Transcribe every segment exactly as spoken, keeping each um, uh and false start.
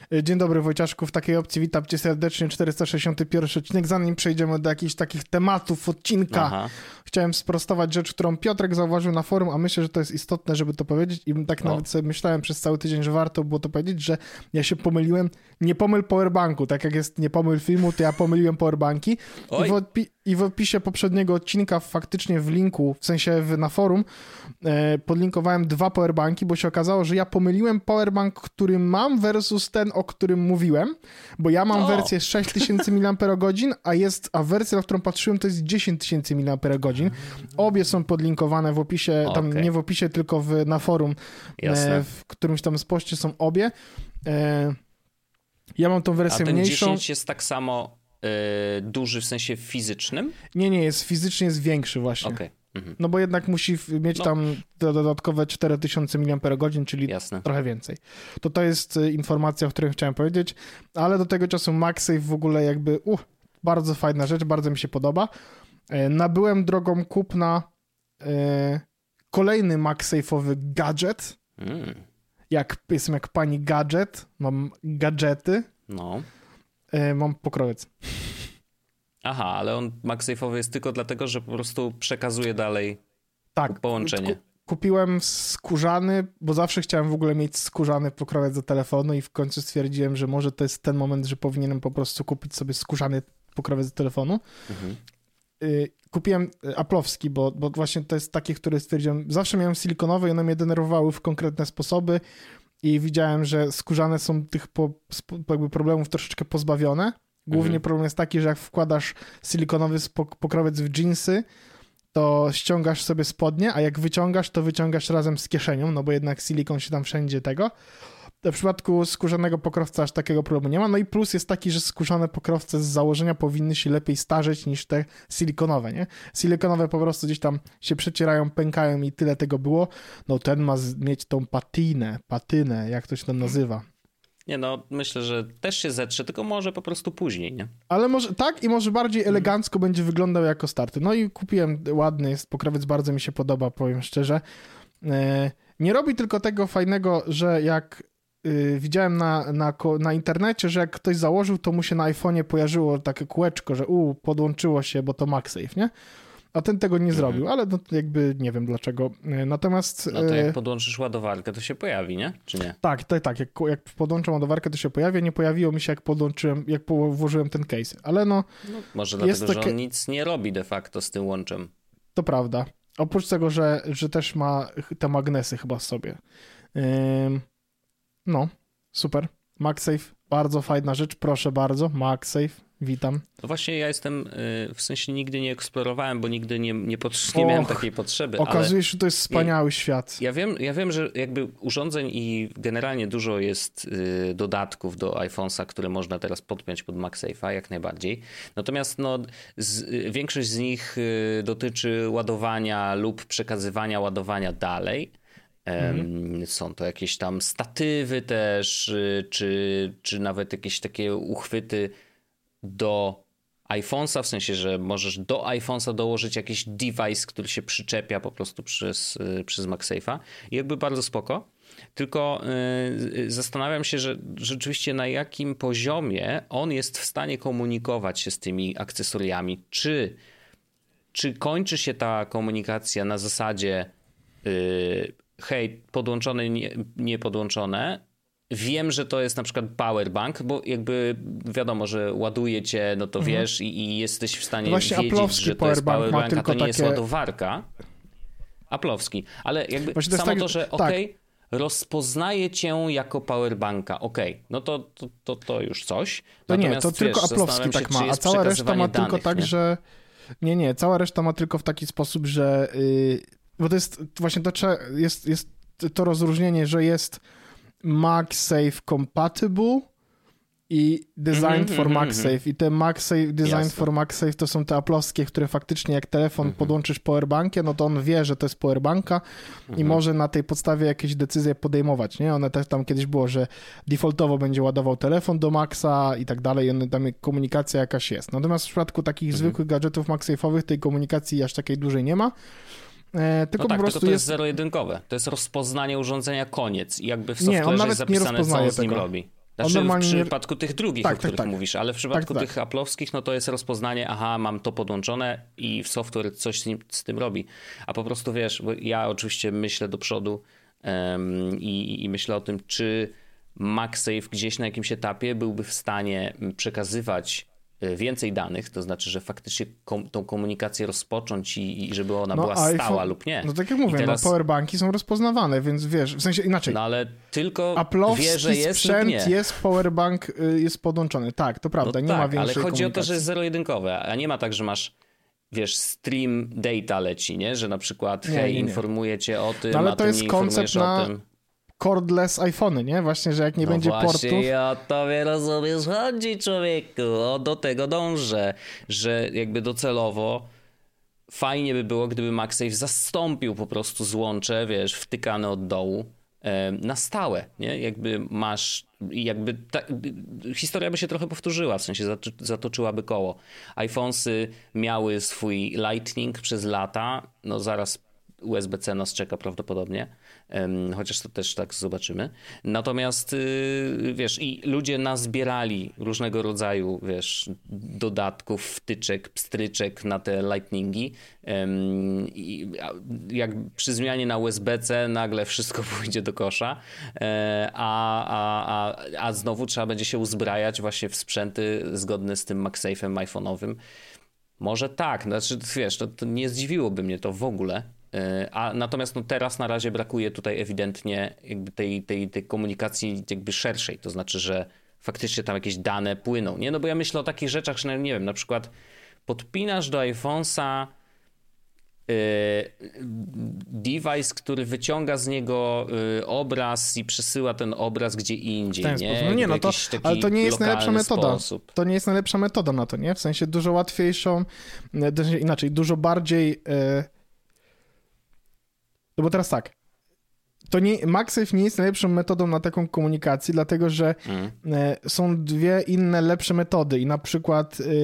Dzień dobry Wojciaszku, w takiej opcji witam cię serdecznie, czterysta sześćdziesiąty pierwszy odcinek. Zanim przejdziemy do jakichś takich tematów odcinka, Aha. chciałem sprostować rzecz, którą Piotrek zauważył na forum, a myślę, że to jest istotne, żeby to powiedzieć i tak o. nawet sobie myślałem przez cały tydzień, że warto było to powiedzieć, że ja się pomyliłem, nie pomyl powerbanku, tak jak jest nie pomyl filmu, to ja pomyliłem powerbanki i w, odpi- i w opisie poprzedniego odcinka faktycznie w linku, w sensie w, na forum e, podlinkowałem dwa powerbanki, bo się okazało, że ja pomyliłem powerbank, który mam versus ten, o którym mówiłem, bo ja mam o. wersję sześć tysięcy miliamperogodzin, a jest, a wersja, na którą patrzyłem, to jest dziesięć tysięcy miliamperogodzin. Obie są podlinkowane w opisie, tam okay. nie w opisie, tylko w, na forum, e, w którymś tam poście są obie. E, ja mam tą wersję a ten mniejszą. dziesięć jest tak samo y, duży w sensie fizycznym? Nie, nie, jest fizycznie jest większy właśnie. Okay. Mhm. No bo jednak musi mieć no. tam dodatkowe cztery tysiące miliamperogodzin, czyli Jasne. trochę więcej. To to jest informacja, o której chciałem powiedzieć, ale do tego czasu MagSafe w ogóle jakby, uh, bardzo fajna rzecz, bardzo mi się podoba. E, nabyłem drogą kupna e, kolejny MagSafe'owy gadżet. Mm. Jak, jestem jak pani gadżet, mam gadżety. No. E, mam pokrowiec. Aha, ale on MagSafe'owy jest tylko dlatego, że po prostu przekazuje dalej tak, połączenie. Ku- kupiłem skórzany, bo zawsze chciałem w ogóle mieć skórzany pokrowiec do telefonu i w końcu stwierdziłem, że może to jest ten moment, że powinienem po prostu kupić sobie skórzany pokrowiec do telefonu. Mhm. Y- kupiłem aplowski, bo, bo właśnie to jest takie, które stwierdziłem, zawsze miałem silikonowe i one mnie denerwowały w konkretne sposoby i widziałem, że skórzane są tych po, jakby problemów troszeczkę pozbawione. Głównie mhm. problem jest taki, że jak wkładasz silikonowy pokrowiec w dżinsy, to ściągasz sobie spodnie, a jak wyciągasz, to wyciągasz razem z kieszenią, no bo jednak silikon się tam wszędzie tego. W przypadku skórzanego pokrowca aż takiego problemu nie ma. No i plus jest taki, że skórzane pokrowce z założenia powinny się lepiej starzeć niż te silikonowe, nie? Silikonowe po prostu gdzieś tam się przecierają, pękają i tyle tego było. No ten ma mieć tą patynę, patynę, jak to się tam nazywa. Nie no, myślę, że też się zetrze, tylko może po prostu później, nie? Ale może tak i może bardziej elegancko mm. będzie wyglądał jako starty. No i kupiłem ładny, jest pokrowiec, bardzo mi się podoba, powiem szczerze. E, nie robi tylko tego fajnego, że jak y, widziałem na, na, na internecie, że jak ktoś założył, to mu się na iPhone'ie pojawiło takie kółeczko, że u, podłączyło się, bo to MagSafe, nie? A ten tego nie mm-hmm. zrobił, ale no, jakby nie wiem dlaczego. Natomiast... No to jak podłączysz ładowarkę, to się pojawi, nie? Czy nie? Tak, tak, tak. Jak, jak podłączam ładowarkę, to się pojawia. Nie pojawiło mi się, jak podłączyłem, jak włożyłem ten case. Ale no... no może dlatego, takie... że on nic nie robi de facto z tym łączem. To prawda. Oprócz tego, że, że też ma te magnesy chyba w sobie. Ym... No, super. MagSafe, bardzo fajna rzecz. Proszę bardzo, MagSafe. Witam. No właśnie ja jestem, w sensie nigdy nie eksplorowałem, bo nigdy nie, nie, pot- nie Och, miałem takiej potrzeby. Okazuje się, że to jest wspaniały ja, świat. Ja wiem, ja wiem, że jakby urządzeń i generalnie dużo jest y, dodatków do iPhone'a, które można teraz podpiąć pod MagSafe'a, jak najbardziej. Natomiast no, z, y, większość z nich y, dotyczy ładowania lub przekazywania ładowania dalej. Mhm. Są to jakieś tam statywy też, y, czy, czy nawet jakieś takie uchwyty do iPhone'a, w sensie, że możesz do iPhone'a dołożyć jakiś device, który się przyczepia po prostu przez, przez MagSafe'a. I jakby bardzo spoko. Tylko yy, zastanawiam się, że rzeczywiście na jakim poziomie on jest w stanie komunikować się z tymi akcesoriami. Czy, czy kończy się ta komunikacja na zasadzie yy, hej, podłączone, nie, nie podłączone. Wiem, że to jest na przykład powerbank, bo jakby wiadomo, że ładuje cię, no to mhm. wiesz i, i jesteś w stanie właśnie wiedzieć, że to jest powerbank, a to nie takie... jest ładowarka. Aplowski. Ale jakby właśnie samo to, tak, to że okej, okay, tak. rozpoznaje cię jako powerbanka, okej, okay, no to, to, to, to już coś. To Natomiast, nie, to wiesz, tylko Aplowski tak ma, a cała reszta ma tylko danych, tak, nie? że... Nie, nie, cała reszta ma tylko w taki sposób, że... Yy... Bo to jest właśnie to, jest, jest to rozróżnienie, że jest MagSafe compatible i Designed mm-hmm, for MagSafe. Mm-hmm. I te MagSafe, Designed Jasne. for MagSafe to są te aplowskie, które faktycznie jak telefon mm-hmm. podłączysz powerbankiem, no to on wie, że to jest powerbanka mm-hmm. i może na tej podstawie jakieś decyzje podejmować, nie? One też tam kiedyś było, że defaultowo będzie ładował telefon do Maxa i tak dalej, i tam komunikacja jakaś jest. Natomiast w przypadku takich mm-hmm. zwykłych gadżetów MagSafe'owych tej komunikacji aż takiej dużej nie ma. E, tylko no tak, po prostu tylko to jest zero-jedynkowe. To jest rozpoznanie urządzenia, koniec. I jakby w software'ze nie, on nawet jest zapisane, nie co on z nim tego. robi. Znaczy w przypadku tych drugich, tak, o których tak, tak. mówisz, ale w przypadku tak, tych tak. Apple'owskich, no to jest rozpoznanie, aha, mam to podłączone i software coś z, nim, z tym robi. A po prostu wiesz, bo ja oczywiście myślę do przodu um, i, i myślę o tym, czy MagSafe gdzieś na jakimś etapie byłby w stanie przekazywać więcej danych, to znaczy, że faktycznie kom, tą komunikację rozpocząć i, i żeby ona no, była iPhone, stała lub nie. No tak jak mówię, teraz... no powerbanki są rozpoznawane, więc wiesz, w sensie inaczej. No ale tylko Apple'owski wie, że jest sprzęt lub nie. jest, powerbank jest podłączony. Tak, to prawda, no nie tak, ma większej ale chodzi komunikacji. o to, że jest zero-jedynkowe, a nie ma tak, że masz wiesz, stream data leci, nie? Że na przykład nie, hej, nie, nie. informuję cię o tym, no, ale a to ty jest nie koncept na... o tym. Cordless iPhony, nie? Właśnie, że jak nie no będzie właśnie, portów... ja tobie rozumiesz, chodzi człowieku, o, do tego dążę, że jakby docelowo fajnie by było, gdyby MagSafe zastąpił po prostu złącze, wiesz, wtykane od dołu e, na stałe, nie? Jakby masz, jakby ta, historia by się trochę powtórzyła, w sensie zatoczyłaby koło. iPhonesy miały swój Lightning przez lata, no zaraz U S B C nas czeka prawdopodobnie, chociaż to też tak zobaczymy. Natomiast wiesz, i ludzie nazbierali różnego rodzaju, wiesz, dodatków, wtyczek, pstryczek na te lightningi i jak przy zmianie na U S B C nagle wszystko pójdzie do kosza, a, a, a, a znowu trzeba będzie się uzbrajać właśnie w sprzęty zgodne z tym MagSafe'em iPhone'owym. Może tak, znaczy wiesz, to, to nie zdziwiłoby mnie to w ogóle. A natomiast no teraz na razie brakuje tutaj ewidentnie jakby tej, tej, tej komunikacji jakby szerszej, to znaczy, że faktycznie tam jakieś dane płyną, nie? No bo ja myślę o takich rzeczach, że nie wiem, na przykład podpinasz do iPhone'a yy, device, który wyciąga z niego yy, obraz i przesyła ten obraz gdzie indziej, nie? No nie, no to, ale to nie jest najlepsza metoda. Sposób. To nie jest najlepsza metoda na to, nie? W sensie dużo łatwiejszą, inaczej, dużo bardziej... Yy... No bo teraz tak, to nie, MagSafe nie jest najlepszą metodą na taką komunikację, dlatego że mm. e, są dwie inne lepsze metody i na przykład e,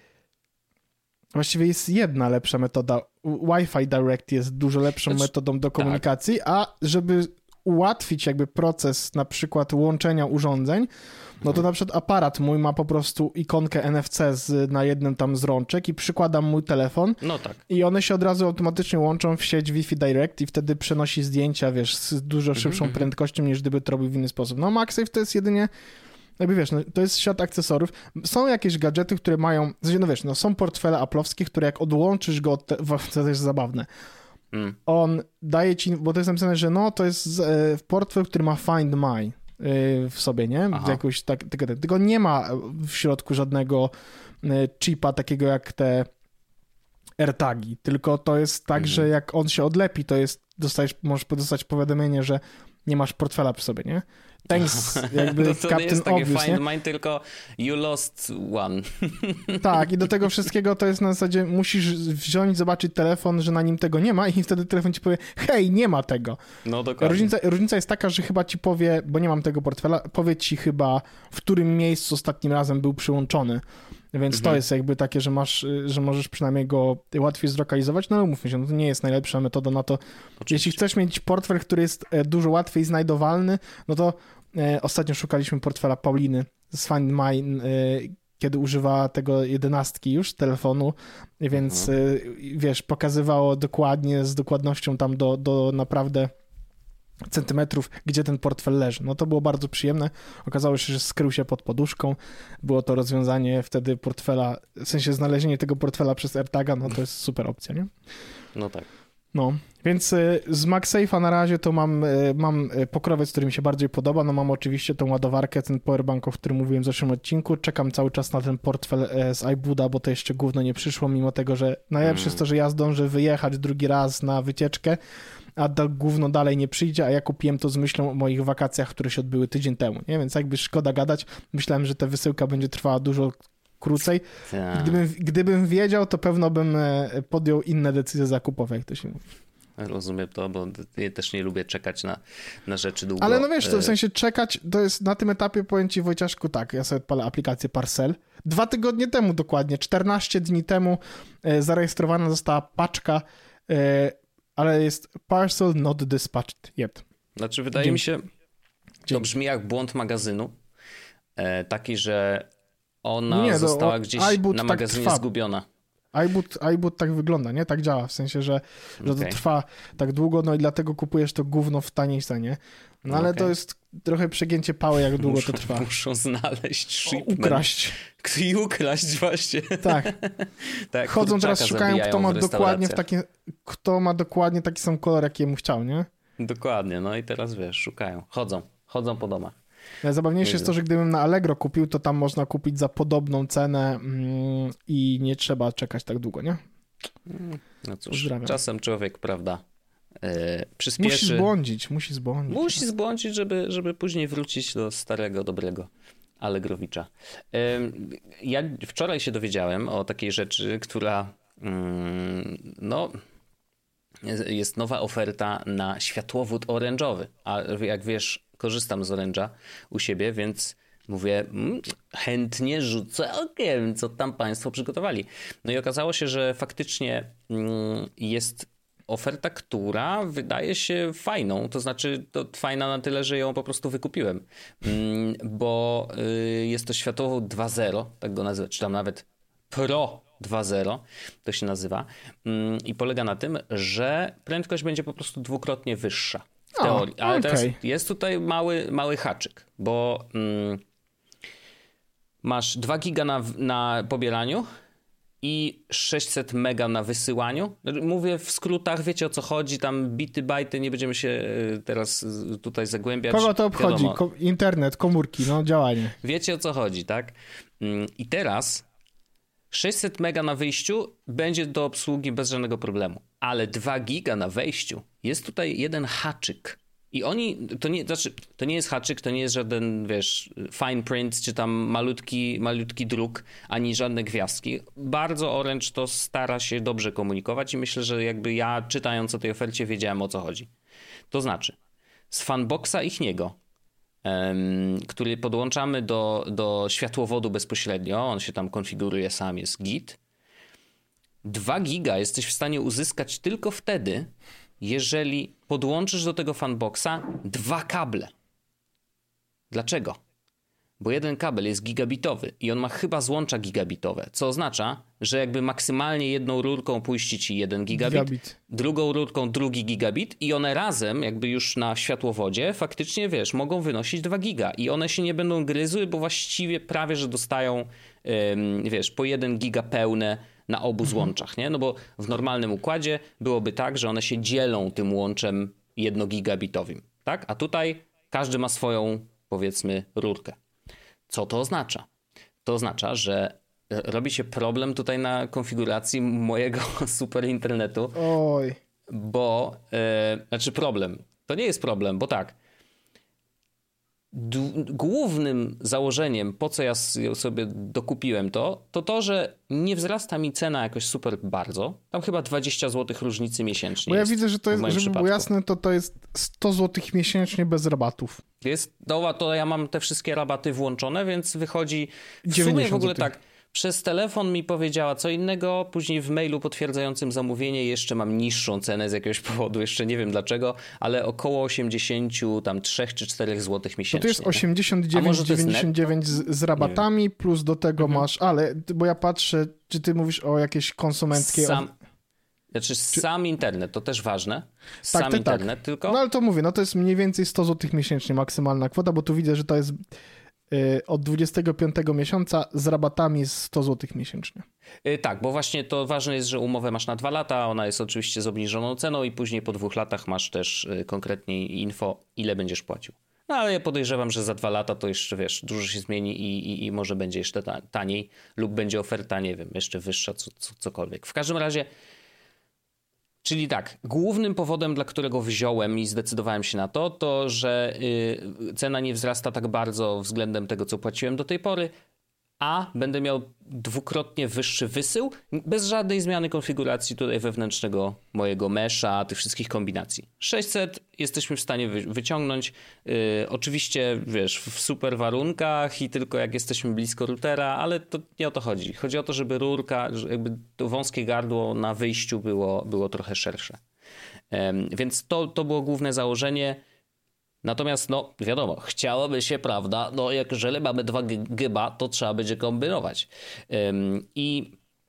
właściwie jest jedna lepsza metoda. Wi-Fi Direct jest dużo lepszą znaczy, metodą do komunikacji, tak. A żeby ułatwić jakby proces na przykład łączenia urządzeń, no to na przykład aparat mój ma po prostu ikonkę N F C z, na jednym tam z rączek i przykładam mój telefon no tak. I one się od razu automatycznie łączą w sieć Wi-Fi Direct i wtedy przenosi zdjęcia, wiesz, z dużo szybszą mm-hmm. prędkością niż gdyby to robił w inny sposób. No MagSafe to jest jedynie, jakby wiesz, no, to jest świat akcesorów. Są jakieś gadżety, które mają, no wiesz, no są portfele Apple'owskie, które jak odłączysz go, od te, to jest zabawne. Mm. On daje ci, bo to jest napisane, że no to jest e, portfel, który ma Find My w sobie, nie? Jakoś tak, tylko, tylko nie ma w środku żadnego chipa takiego jak te AirTagi, tylko to jest tak, mm. że jak on się odlepi, to jest, dostajesz, możesz dostać powiadomienie, że nie masz portfela przy sobie, nie? Thanks, jakby no to Captain nie jest takie Obvious, find nie? mine, tylko you lost one. Tak, i do tego wszystkiego to jest na zasadzie, musisz wziąć, zobaczyć telefon, że na nim tego nie ma i wtedy telefon ci powie, hej, nie ma tego. No dokładnie. Różnica, różnica jest taka, że chyba ci powie, bo nie mam tego portfela, powie ci chyba, w którym miejscu ostatnim razem był przyłączony. Więc mhm. to jest jakby takie, że masz, że możesz przynajmniej go łatwiej zlokalizować, no ale umówmy się, no to nie jest najlepsza metoda na to. Oczywiście. Jeśli chcesz mieć portfel, który jest dużo łatwiej znajdowalny, no to e, ostatnio szukaliśmy portfela Pauliny z Find My, e, kiedy używała tego jedenastki już telefonu, więc mhm. e, wiesz, pokazywało dokładnie, z dokładnością tam do, do naprawdę centymetrów, gdzie ten portfel leży. No to było bardzo przyjemne. Okazało się, że skrył się pod poduszką. Było to rozwiązanie wtedy portfela, w sensie znalezienie tego portfela przez AirTaga, no to jest super opcja, nie? No tak. No, więc z MagSafe'a na razie to mam, mam pokrowiec, który mi się bardziej podoba. No mam oczywiście tą ładowarkę, ten powerbank, o którym mówiłem w zeszłym odcinku. Czekam cały czas na ten portfel z iBooda, bo to jeszcze gówno nie przyszło, mimo tego, że najlepsze mm. jest to, że ja zdążę wyjechać drugi raz na wycieczkę, a da, gówno dalej nie przyjdzie, a ja kupiłem to z myślą o moich wakacjach, które się odbyły tydzień temu, nie? Więc jakby szkoda gadać. Myślałem, że ta wysyłka będzie trwała dużo krócej. Gdybym, gdybym wiedział, to pewno bym podjął inne decyzje zakupowe, jak to się mówi. Rozumiem to, bo ja też nie lubię czekać na, na rzeczy długo. Ale no wiesz, to w sensie czekać, to jest na tym etapie, powiem ci Wojciaszku, tak, ja sobie odpalę aplikację Parcel. Dwa tygodnie temu dokładnie, czternaście dni temu e, zarejestrowana została paczka, e, ale jest parcel not dispatched yet. Znaczy wydaje Dzięki. mi się, to Dzięki. brzmi jak błąd magazynu, taki, że ona nie, została to, gdzieś iBoot na tak magazynie trwa. zgubiona. iBoot, iBoot tak wygląda, nie? Tak działa, w sensie, że, że Okay. to trwa tak długo, no i dlatego kupujesz to gówno w taniej cenie. No ale okay. to jest trochę przegięcie pały, jak długo muszą, to trwa. Muszą znaleźć shipment. Ukraść. I ukraść właśnie. Tak. tak Chodzą teraz, szukają, kto ma dokładnie w takie, kto ma dokładnie taki sam kolor, jaki jemu chciał, nie? Dokładnie, no i teraz wiesz, szukają. Chodzą, chodzą po domach. Najzabawniejsze jest to, że gdybym na Allegro kupił, to tam można kupić za podobną cenę mm, i nie trzeba czekać tak długo, nie? No cóż, Pozdrawiam. Czasem człowiek, prawda, yy, przyspieszy. Musi zbłądzić, musi zbłądzić. Musi no. zbłądzić, żeby, żeby później wrócić do starego, dobrego Allegrowicza. Yy, ja wczoraj się dowiedziałem o takiej rzeczy, która yy, no... jest nowa oferta na światłowód orężowy, a jak wiesz, korzystam z oręża u siebie, więc mówię, mm, chętnie rzucę okiem, co tam państwo przygotowali. No i okazało się, że faktycznie mm, jest oferta, która wydaje się fajną, to znaczy to fajna na tyle, że ją po prostu wykupiłem, mm, bo y, jest to światłowód dwa zero, tak go nazywam, czy tam nawet Pro dwa zero to się nazywa i polega na tym, że prędkość będzie po prostu dwukrotnie wyższa w teorii. Ale okay. teraz jest tutaj mały, mały haczyk, bo mm, masz dwa giga na, na pobieraniu i sześćset mega na wysyłaniu. Mówię w skrótach, wiecie o co chodzi, tam bity, bajty, nie będziemy się teraz tutaj zagłębiać. Kogo to obchodzi? Ko- internet, komórki, no działanie. Wiecie o co chodzi, tak? I teraz sześćset mega na wyjściu będzie do obsługi bez żadnego problemu, ale dwa giga na wejściu. Jest tutaj jeden haczyk. I oni, to nie, znaczy, to nie jest haczyk, to nie jest żaden, wiesz, fine print, czy tam malutki, malutki druk, ani żadne gwiazdki. Bardzo Orange to stara się dobrze komunikować i myślę, że jakby ja czytając o tej ofercie wiedziałem o co chodzi. To znaczy, z fanboxa ichniego, um, który podłączamy do, do światłowodu bezpośrednio, on się tam konfiguruje sam, jest git. dwa giga jesteś w stanie uzyskać tylko wtedy, jeżeli podłączysz do tego fanboxa dwa kable. Dlaczego? Bo jeden kabel jest gigabitowy i on ma chyba złącza gigabitowe, co oznacza, że jakby maksymalnie jedną rurką puści ci jeden gigabit, gigabit, drugą rurką drugi gigabit i one razem jakby już na światłowodzie faktycznie, wiesz, mogą wynosić dwa giga i one się nie będą gryzły, bo właściwie prawie, że dostają, ym, wiesz, po jeden giga pełne na obu złączach, nie? No bo w normalnym układzie byłoby tak, że one się dzielą tym łączem jednogigabitowym, tak? A tutaj każdy ma swoją, powiedzmy, rurkę. Co to oznacza? To oznacza, że robi się problem tutaj na konfiguracji mojego super internetu. Oj. Bo, yy, znaczy problem, to nie jest problem, bo tak, D- głównym założeniem, po co ja sobie dokupiłem to, to to, że nie wzrasta mi cena jakoś super bardzo. Tam chyba dwadzieścia złotych różnicy miesięcznie. Bo ja jest, widzę, że to jest, żeby przypadku. było jasne, to to jest sto złotych miesięcznie bez rabatów. Jest, no to ja mam te wszystkie rabaty włączone, więc wychodzi w sumie w ogóle tak. Przez telefon mi powiedziała co innego, później w mailu potwierdzającym zamówienie jeszcze mam niższą cenę z jakiegoś powodu, jeszcze nie wiem dlaczego, ale około osiemdziesiąt trzy czy cztery złotych miesięcznie. To, to jest osiemdziesiąt dziewięć dziewięćdziesiąt dziewięć z, z rabatami, plus do tego mhm. masz, ale, bo ja patrzę, czy ty mówisz o jakieś konsumenckie... Sam, znaczy czy... sam internet, to też ważne, sam tak, tak, internet tak. tylko. No ale to mówię, no to jest mniej więcej sto złotych miesięcznie maksymalna kwota, bo tu widzę, że to jest... od dwudziestego piątego miesiąca z rabatami sto złotych miesięcznie. Yy, tak, bo właśnie to ważne jest, że umowę masz na dwa lata, ona jest oczywiście z obniżoną ceną i później po dwóch latach masz też yy, konkretnie info, ile będziesz płacił. No ale ja podejrzewam, że za dwa lata to jeszcze, wiesz, dużo się zmieni i, i, i może będzie jeszcze taniej lub będzie oferta, nie wiem, jeszcze wyższa, co, co, cokolwiek. W każdym razie, czyli tak, głównym powodem, dla którego wziąłem i zdecydowałem się na to, to, że yy, cena nie wzrasta tak bardzo względem tego, co płaciłem do tej pory, a będę miał dwukrotnie wyższy wysył, bez żadnej zmiany konfiguracji tutaj wewnętrznego mojego mesha, tych wszystkich kombinacji. sześćset jesteśmy w stanie wy- wyciągnąć, yy, oczywiście, wiesz, w super warunkach i tylko jak jesteśmy blisko routera, ale to nie o to chodzi. Chodzi o to, żeby rurka, że jakby to wąskie gardło na wyjściu było, było trochę szersze. Yy, więc to, to było główne założenie. Natomiast, no wiadomo, chciałoby się, prawda, no jak jeżeli mamy dwa giga, to trzeba będzie kombinować. Ym, I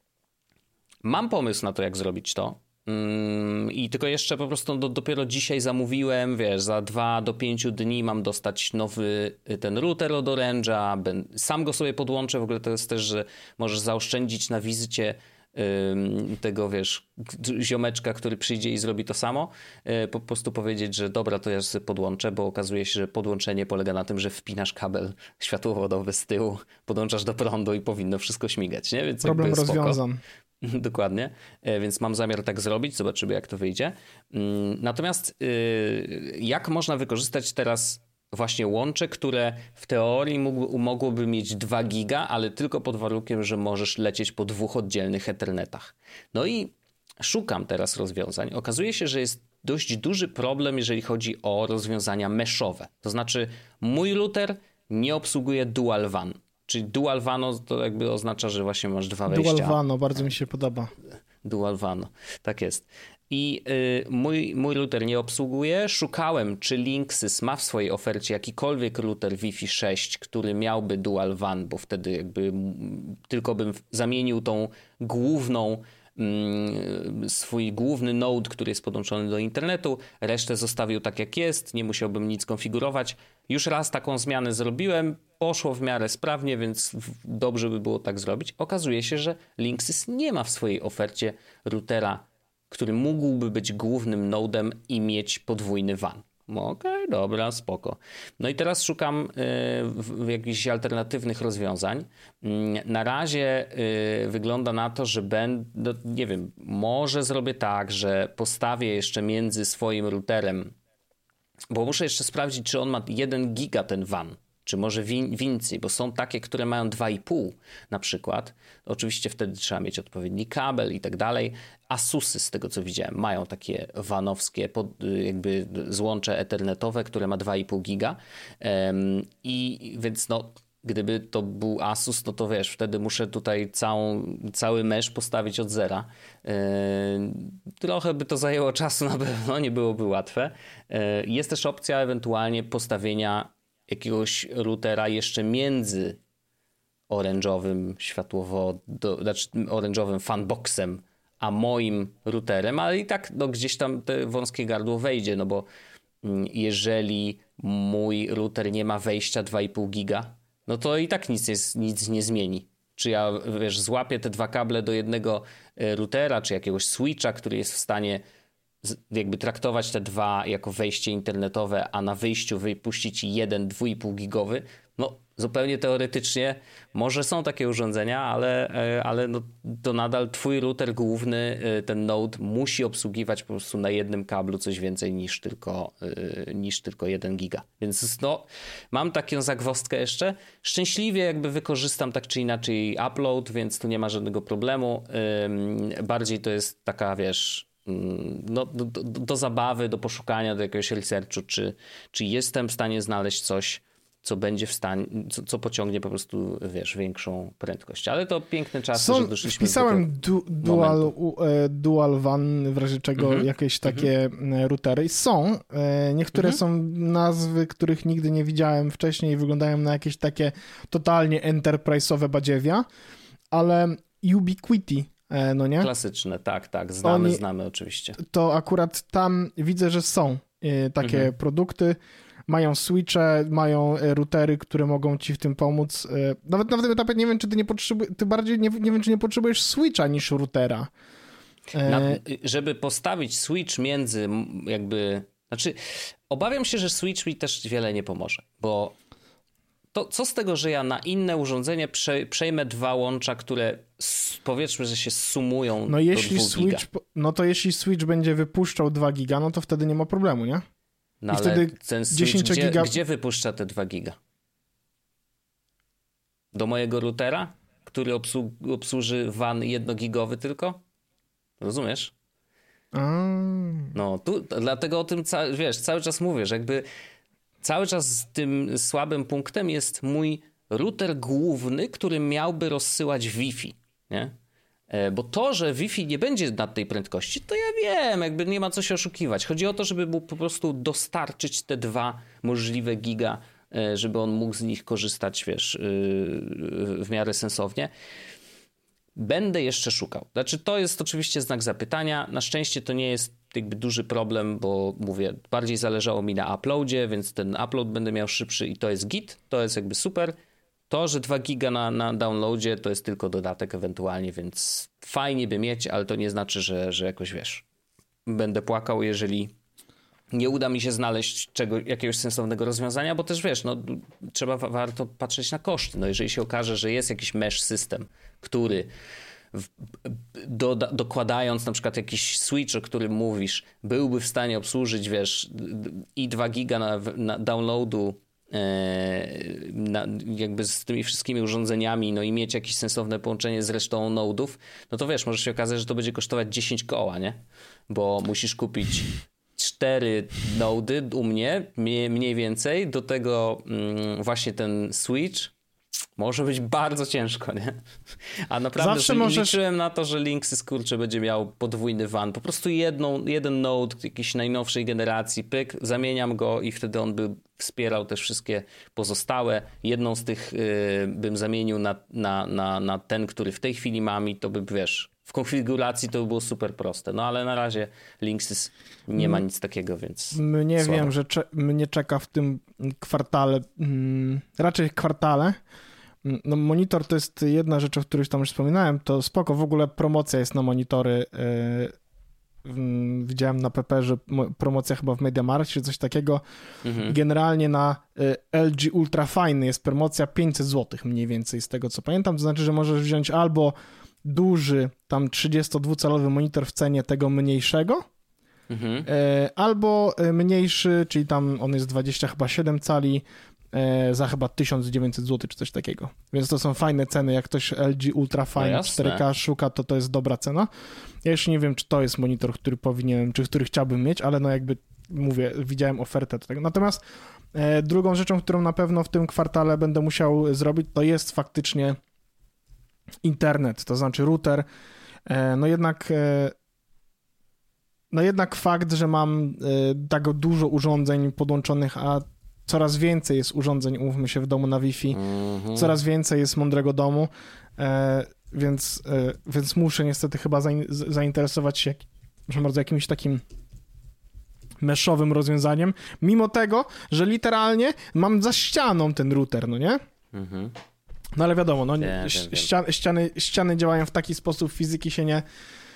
mam pomysł na to, jak zrobić to. Ym, I tylko jeszcze po prostu do, dopiero dzisiaj zamówiłem, wiesz, za dwa do pięciu dni mam dostać nowy ten router od Orange'a. Ben, sam go sobie podłączę. W ogóle to jest też, że możesz zaoszczędzić na wizycie tego, wiesz, ziomeczka, który przyjdzie i zrobi to samo, po prostu powiedzieć, że dobra, to ja sobie podłączę, bo okazuje się, że podłączenie polega na tym, że wpinasz kabel światłowodowy z tyłu, podłączasz do prądu i powinno wszystko śmigać, nie? Więc problem rozwiązan. Dokładnie, więc mam zamiar tak zrobić, zobaczymy jak to wyjdzie. Natomiast jak można wykorzystać teraz właśnie łącze, które w teorii mógł, mogłoby mieć dwa giga, ale tylko pod warunkiem, że możesz lecieć po dwóch oddzielnych ethernetach. No i szukam teraz rozwiązań. Okazuje się, że jest dość duży problem, jeżeli chodzi o rozwiązania meshowe. To znaczy mój router nie obsługuje dual WAN. Czyli dual WAN to jakby oznacza, że właśnie masz dwa wejścia. Dual WAN, bardzo mi się podoba. Dual WAN, tak jest. I y, mój, mój router nie obsługuje. Szukałem, czy Linksys ma w swojej ofercie jakikolwiek router Wi-Fi sześć, który miałby dual WAN, bo wtedy jakby tylko bym zamienił tą główną, y, swój główny node, który jest podłączony do internetu, resztę zostawił tak jak jest, nie musiałbym nic konfigurować. Już raz taką zmianę zrobiłem, poszło w miarę sprawnie, więc dobrze by było tak zrobić. Okazuje się, że Linksys nie ma w swojej ofercie routera, który mógłby być głównym nodem i mieć podwójny WAN. Okej, okay, dobra, spoko. No i teraz szukam y, jakichś alternatywnych rozwiązań. Y, na razie y, wygląda na to, że będę, no, nie wiem, może zrobię tak, że postawię jeszcze między swoim routerem, bo muszę jeszcze sprawdzić, czy on ma jeden giga ten WAN. Czy może więcej, bo są takie, które mają dwa i pół na przykład. Oczywiście wtedy trzeba mieć odpowiedni kabel i tak dalej. Asusy, z tego co widziałem, mają takie wanowskie jakby złącze ethernetowe, które ma dwa i pół giga. I więc no, gdyby to był Asus, no to wiesz, wtedy muszę tutaj całą, cały mesh postawić od zera. Trochę by to zajęło czasu na pewno, nie byłoby łatwe. Jest też opcja ewentualnie postawienia jakiegoś routera jeszcze między orężowym światłowo, do, znaczy orężowym fanboxem, a moim routerem, ale i tak no, gdzieś tam te wąskie gardło wejdzie, no bo jeżeli mój router nie ma wejścia dwa i pół giga, no to i tak nic, jest, nic nie zmieni. Czy ja, wiesz, złapię te dwa kable do jednego routera, czy jakiegoś switcha, który jest w stanie jakby traktować te dwa jako wejście internetowe, a na wyjściu wypuścić jeden dwa i pół gigowy, no zupełnie teoretycznie może są takie urządzenia, ale, ale no, to nadal twój router główny, ten node musi obsługiwać po prostu na jednym kablu coś więcej niż tylko, niż tylko jeden giga. Więc no, mam taką zagwozdkę jeszcze. Szczęśliwie jakby wykorzystam tak czy inaczej upload, więc tu nie ma żadnego problemu. Bardziej to jest taka, wiesz, no, do, do, do zabawy, do poszukania, do jakiegoś researchu, czy, czy jestem w stanie znaleźć coś, co będzie w stanie, co, co pociągnie po prostu, wiesz, większą prędkość. Ale to piękne czasy, Są, że doszliśmy wpisałem do du, dual, u, e, dual WAN, w razie czego mm-hmm. jakieś takie mm-hmm. routery. Są. E, niektóre mm-hmm. są nazwy, których nigdy nie widziałem wcześniej i wyglądają na jakieś takie totalnie enterprise'owe badziewia, ale Ubiquiti, no nie? Klasyczne, tak, tak. Znamy, Oni, znamy oczywiście. To akurat tam widzę, że są y, takie mhm. produkty. Mają switche, mają routery, które mogą ci w tym pomóc. Y, nawet na tym etapie nie wiem, czy ty nie potrzebujesz, ty bardziej nie, nie wiem, czy nie potrzebujesz switcha niż routera. Na, żeby postawić switch między jakby, znaczy obawiam się, że switch mi też wiele nie pomoże, bo to co z tego, że ja na inne urządzenie prze, przejmę dwa łącza, które powiedzmy, że się sumują no do jeśli dwóch switch, giga. No to jeśli switch będzie wypuszczał dwa giga, no to wtedy nie ma problemu, nie? No I ale wtedy ten switch gdzie, giga... gdzie wypuszcza te dwa giga? Do mojego routera, który obsłu- obsłuży WAN jednogigowy tylko? Rozumiesz? A... No, tu, dlatego o tym, ca- wiesz, cały czas mówię, że jakby cały czas tym słabym punktem jest mój router główny, który miałby rozsyłać Wi-Fi, nie? Bo to, że Wi-Fi nie będzie na tej prędkości, to ja wiem, jakby nie ma co się oszukiwać. Chodzi o to, żeby mu po prostu dostarczyć te dwa możliwe giga, żeby on mógł z nich korzystać, wiesz, w miarę sensownie. Będę jeszcze szukał. Znaczy, to jest oczywiście znak zapytania. Na szczęście to nie jest jakby duży problem, bo mówię, bardziej zależało mi na uploadzie, więc ten upload będę miał szybszy i to jest git, to jest jakby super. To, że dwa giga na, na downloadzie to jest tylko dodatek ewentualnie, więc fajnie by mieć, ale to nie znaczy, że, że jakoś, wiesz, będę płakał, jeżeli nie uda mi się znaleźć czego, jakiegoś sensownego rozwiązania, bo też, wiesz, no trzeba, warto patrzeć na koszty. No jeżeli się okaże, że jest jakiś mesh system, który w, do, dokładając na przykład jakiś switch, o którym mówisz, byłby w stanie obsłużyć, wiesz, i dwa giga na, na downloadu Na, jakby z tymi wszystkimi urządzeniami, no i mieć jakieś sensowne połączenie z resztą nodów, no to wiesz, może się okazać, że to będzie kosztować dziesięć koła, nie? Bo musisz kupić cztery nody u mnie, mniej więcej, do tego mm, właśnie ten switch. Może być bardzo ciężko, nie? A naprawdę Zawsze możesz... liczyłem na to, że Linksys, kurczę, będzie miał podwójny van. Po prostu jedną, jeden node jakiejś najnowszej generacji, pyk, zamieniam go i wtedy on by wspierał też wszystkie pozostałe. Jedną z tych y, bym zamienił na, na, na, na ten, który w tej chwili mam i to by, wiesz, w konfiguracji to by było super proste. No ale na razie Linksys nie ma nic takiego, więc mnie słabo. Wiem, że cze- mnie czeka w tym kwartale, hmm, raczej kwartale. No monitor to jest jedna rzecz, o której już tam już wspominałem, to spoko, w ogóle promocja jest na monitory. Yy, widziałem na P P, że promocja chyba w MediaMarkt czy coś takiego. Mhm. Generalnie na y, L G Ultrafine jest promocja pięćset złotych mniej więcej z tego co pamiętam, to znaczy, że możesz wziąć albo duży tam trzydziestodwucalowy monitor w cenie tego mniejszego, mhm. y, albo mniejszy, czyli tam on jest dwadzieścia chyba siedem cali, za chyba tysiąc dziewięćset złotych czy coś takiego. Więc to są fajne ceny. Jak ktoś L G Ultrafine no cztery K szuka, to to jest dobra cena. Ja jeszcze nie wiem, czy to jest monitor, który powinienem, czy który chciałbym mieć, ale no jakby mówię, widziałem ofertę do tego. Natomiast e, drugą rzeczą, którą na pewno w tym kwartale będę musiał zrobić, to jest faktycznie internet, to znaczy router. E, no jednak e, no jednak fakt, że mam e, tak dużo urządzeń podłączonych, a coraz więcej jest urządzeń, umówmy się, w domu na Wi-Fi, mm-hmm. coraz więcej jest mądrego domu, e, więc, e, więc muszę niestety chyba zain, zainteresować się proszę bardzo, jakimś takim meshowym rozwiązaniem, mimo tego, że literalnie mam za ścianą ten router, no nie? Mm-hmm. No ale wiadomo, no, wiem, ścia- wiem. Ściany, ściany działają w taki sposób, fizyki się nie,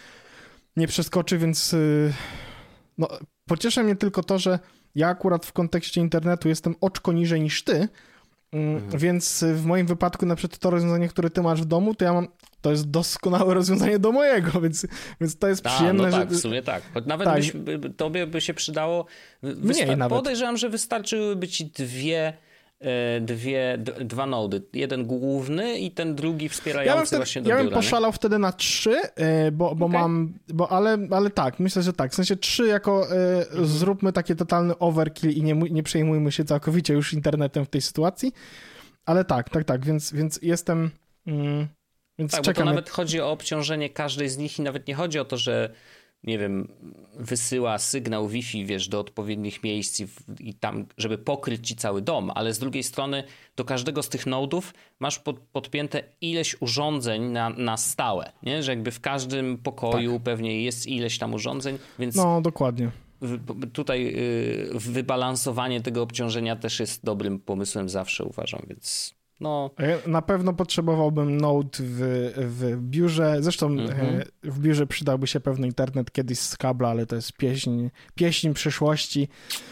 nie przeskoczy, więc y, no, pocieszy mnie tylko to, że ja akurat w kontekście internetu jestem oczko niżej niż ty, mhm. więc w moim wypadku na przykład to rozwiązanie, które ty masz w domu, to ja mam, to jest doskonałe rozwiązanie do mojego, więc, więc to jest A, przyjemne. No tak, że... w sumie tak. Nawet tak. Byś, by, tobie by się przydało, Mniej wysta- nawet. Podejrzewam, że wystarczyłyby ci dwie Dwie, d- dwa nody. Jeden główny i ten drugi wspierający ja wtedy, właśnie do ja biura. Ja bym poszalał nie? wtedy na trzy, bo, bo okay. mam, bo ale, ale tak, myślę, że tak. W sensie trzy jako mhm. zróbmy taki totalny overkill i nie, nie przejmujmy się całkowicie już internetem w tej sytuacji. Ale tak, tak, tak, więc, więc jestem... Mm, więc tak, czekam. Bo to nawet chodzi o obciążenie każdej z nich i nawet nie chodzi o to, że nie wiem, wysyła sygnał Wi-Fi, wiesz, do odpowiednich miejsc i, i tam, żeby pokryć ci cały dom, ale z drugiej strony do każdego z tych nodów masz pod, podpięte ileś urządzeń na, na stałe, nie? Że jakby w każdym pokoju tak. pewnie jest ileś tam urządzeń, więc... No, dokładnie. W, tutaj y, wybalansowanie tego obciążenia też jest dobrym pomysłem zawsze, uważam, więc... No. Na pewno potrzebowałbym Node w, w biurze. Zresztą mm-hmm. w biurze przydałby się pewno internet kiedyś z kabla, ale to jest pieśń, pieśń przyszłości.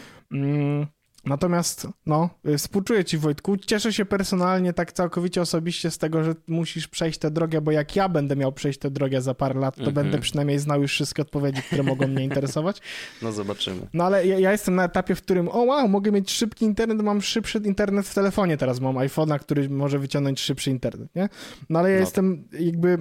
Mm. Natomiast, no, współczuję ci, Wojtku. Cieszę się personalnie, tak całkowicie osobiście z tego, że musisz przejść tę drogę, bo jak ja będę miał przejść tę drogę za parę lat, to mm-hmm. będę przynajmniej znał już wszystkie odpowiedzi, które mogą mnie interesować. No zobaczymy. No ale ja, ja jestem na etapie, w którym, o wow, mogę mieć szybki internet, mam szybszy internet w telefonie teraz, mam iPhone'a, który może wyciągnąć szybszy internet, nie? No ale ja no. jestem jakby,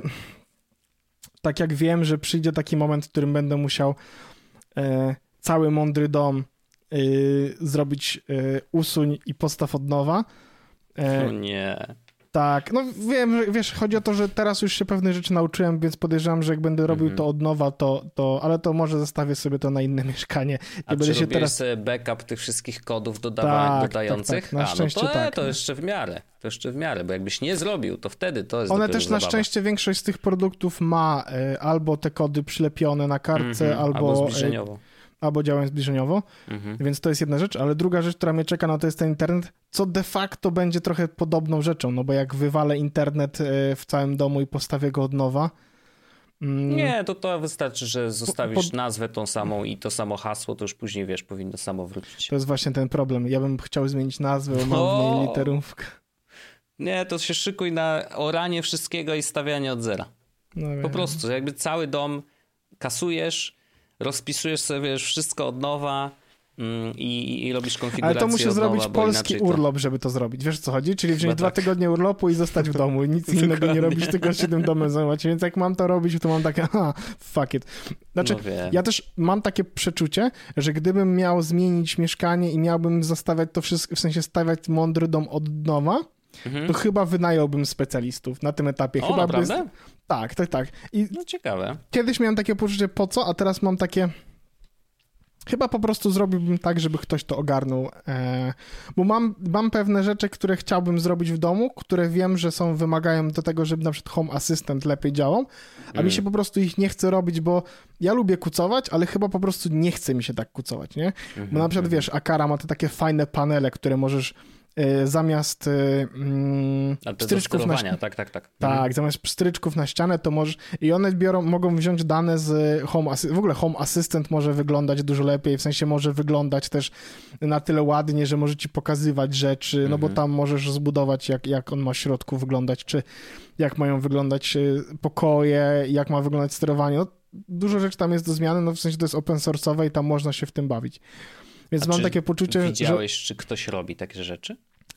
tak jak wiem, że przyjdzie taki moment, w którym będę musiał e, cały mądry dom Yy, zrobić yy, usuń i postaw od nowa. Yy, o nie. Tak, no wiem, że wiesz, chodzi o to, że teraz już się pewne rzeczy nauczyłem, więc podejrzewam, że jak będę robił mm-hmm. to od nowa, to, to, ale to może zostawię sobie to na inne mieszkanie. Nie A będę czy się teraz sobie backup tych wszystkich kodów dodawa... tak, dodających? Tak, tak. Na A, szczęście no to, tak. to no. jeszcze w miarę, to jeszcze w miarę, bo jakbyś nie zrobił, to wtedy to jest One też zabawa. na szczęście większość z tych produktów ma y, albo te kody przylepione na kartce, mm-hmm. albo... albo zbliżeniowo. Y, albo działają zbliżeniowo, mhm. więc to jest jedna rzecz, ale druga rzecz, która mnie czeka, no to jest ten internet, co de facto będzie trochę podobną rzeczą, no bo jak wywalę internet w całym domu i postawię go od nowa... Mm, nie, to to wystarczy, że zostawisz po, nazwę tą samą i to samo hasło, to już później, wiesz, powinno samo wrócić. To jest właśnie ten problem. Ja bym chciał zmienić nazwę, bo mam w niej literówkę. Nie, to się szykuj na oranie wszystkiego i stawianie od zera. No po wiem. prostu, jakby cały dom kasujesz, rozpisujesz sobie już wszystko od nowa mm, i, i robisz konfigurację. Ale to muszę od zrobić nowa, polski urlop, to... żeby to zrobić. Wiesz, co chodzi? Czyli wziąć dwa tak. tygodnie urlopu i zostać w domu. I nic innego nie robić, tylko się tym domem zajmować. Więc jak mam to robić, to mam takie, aha, fuck it. Znaczy, no ja też mam takie przeczucie, że gdybym miał zmienić mieszkanie i miałbym zostawiać to wszystko, w sensie stawiać mądry dom od nowa, mhm. to chyba wynająłbym specjalistów na tym etapie. O, chyba naprawdę? By... Tak, tak, tak. I no ciekawe. Kiedyś miałem takie poczucie po co, a teraz mam takie... Chyba po prostu zrobiłbym tak, żeby ktoś to ogarnął, e... bo mam, mam pewne rzeczy, które chciałbym zrobić w domu, które wiem, że są, wymagają do tego, żeby na przykład Home Assistant lepiej działał, a mm. mi się po prostu ich nie chce robić, bo ja lubię kucować, ale chyba po prostu nie chce mi się tak kucować, nie? Mm-hmm, bo na przykład, mm-hmm. wiesz, Aqara ma te takie fajne panele, które możesz zamiast mm, pstryczków na ścianę, tak, tak, tak. Tak, mhm. zamiast pstryczków na ścianę, to możesz i one biorą, mogą wziąć dane z Home Assistant. W ogóle Home Assistant może wyglądać dużo lepiej, w sensie może wyglądać też na tyle ładnie, że może ci pokazywać rzeczy, mhm. no bo tam możesz zbudować, jak, jak on ma w środku wyglądać, czy jak mają wyglądać pokoje, jak ma wyglądać sterowanie. No, dużo rzeczy tam jest do zmiany, no w sensie to jest open source'owe i tam można się w tym bawić. Więc A mam czy takie poczucie, widziałeś, że... czy ktoś robi takie rzeczy?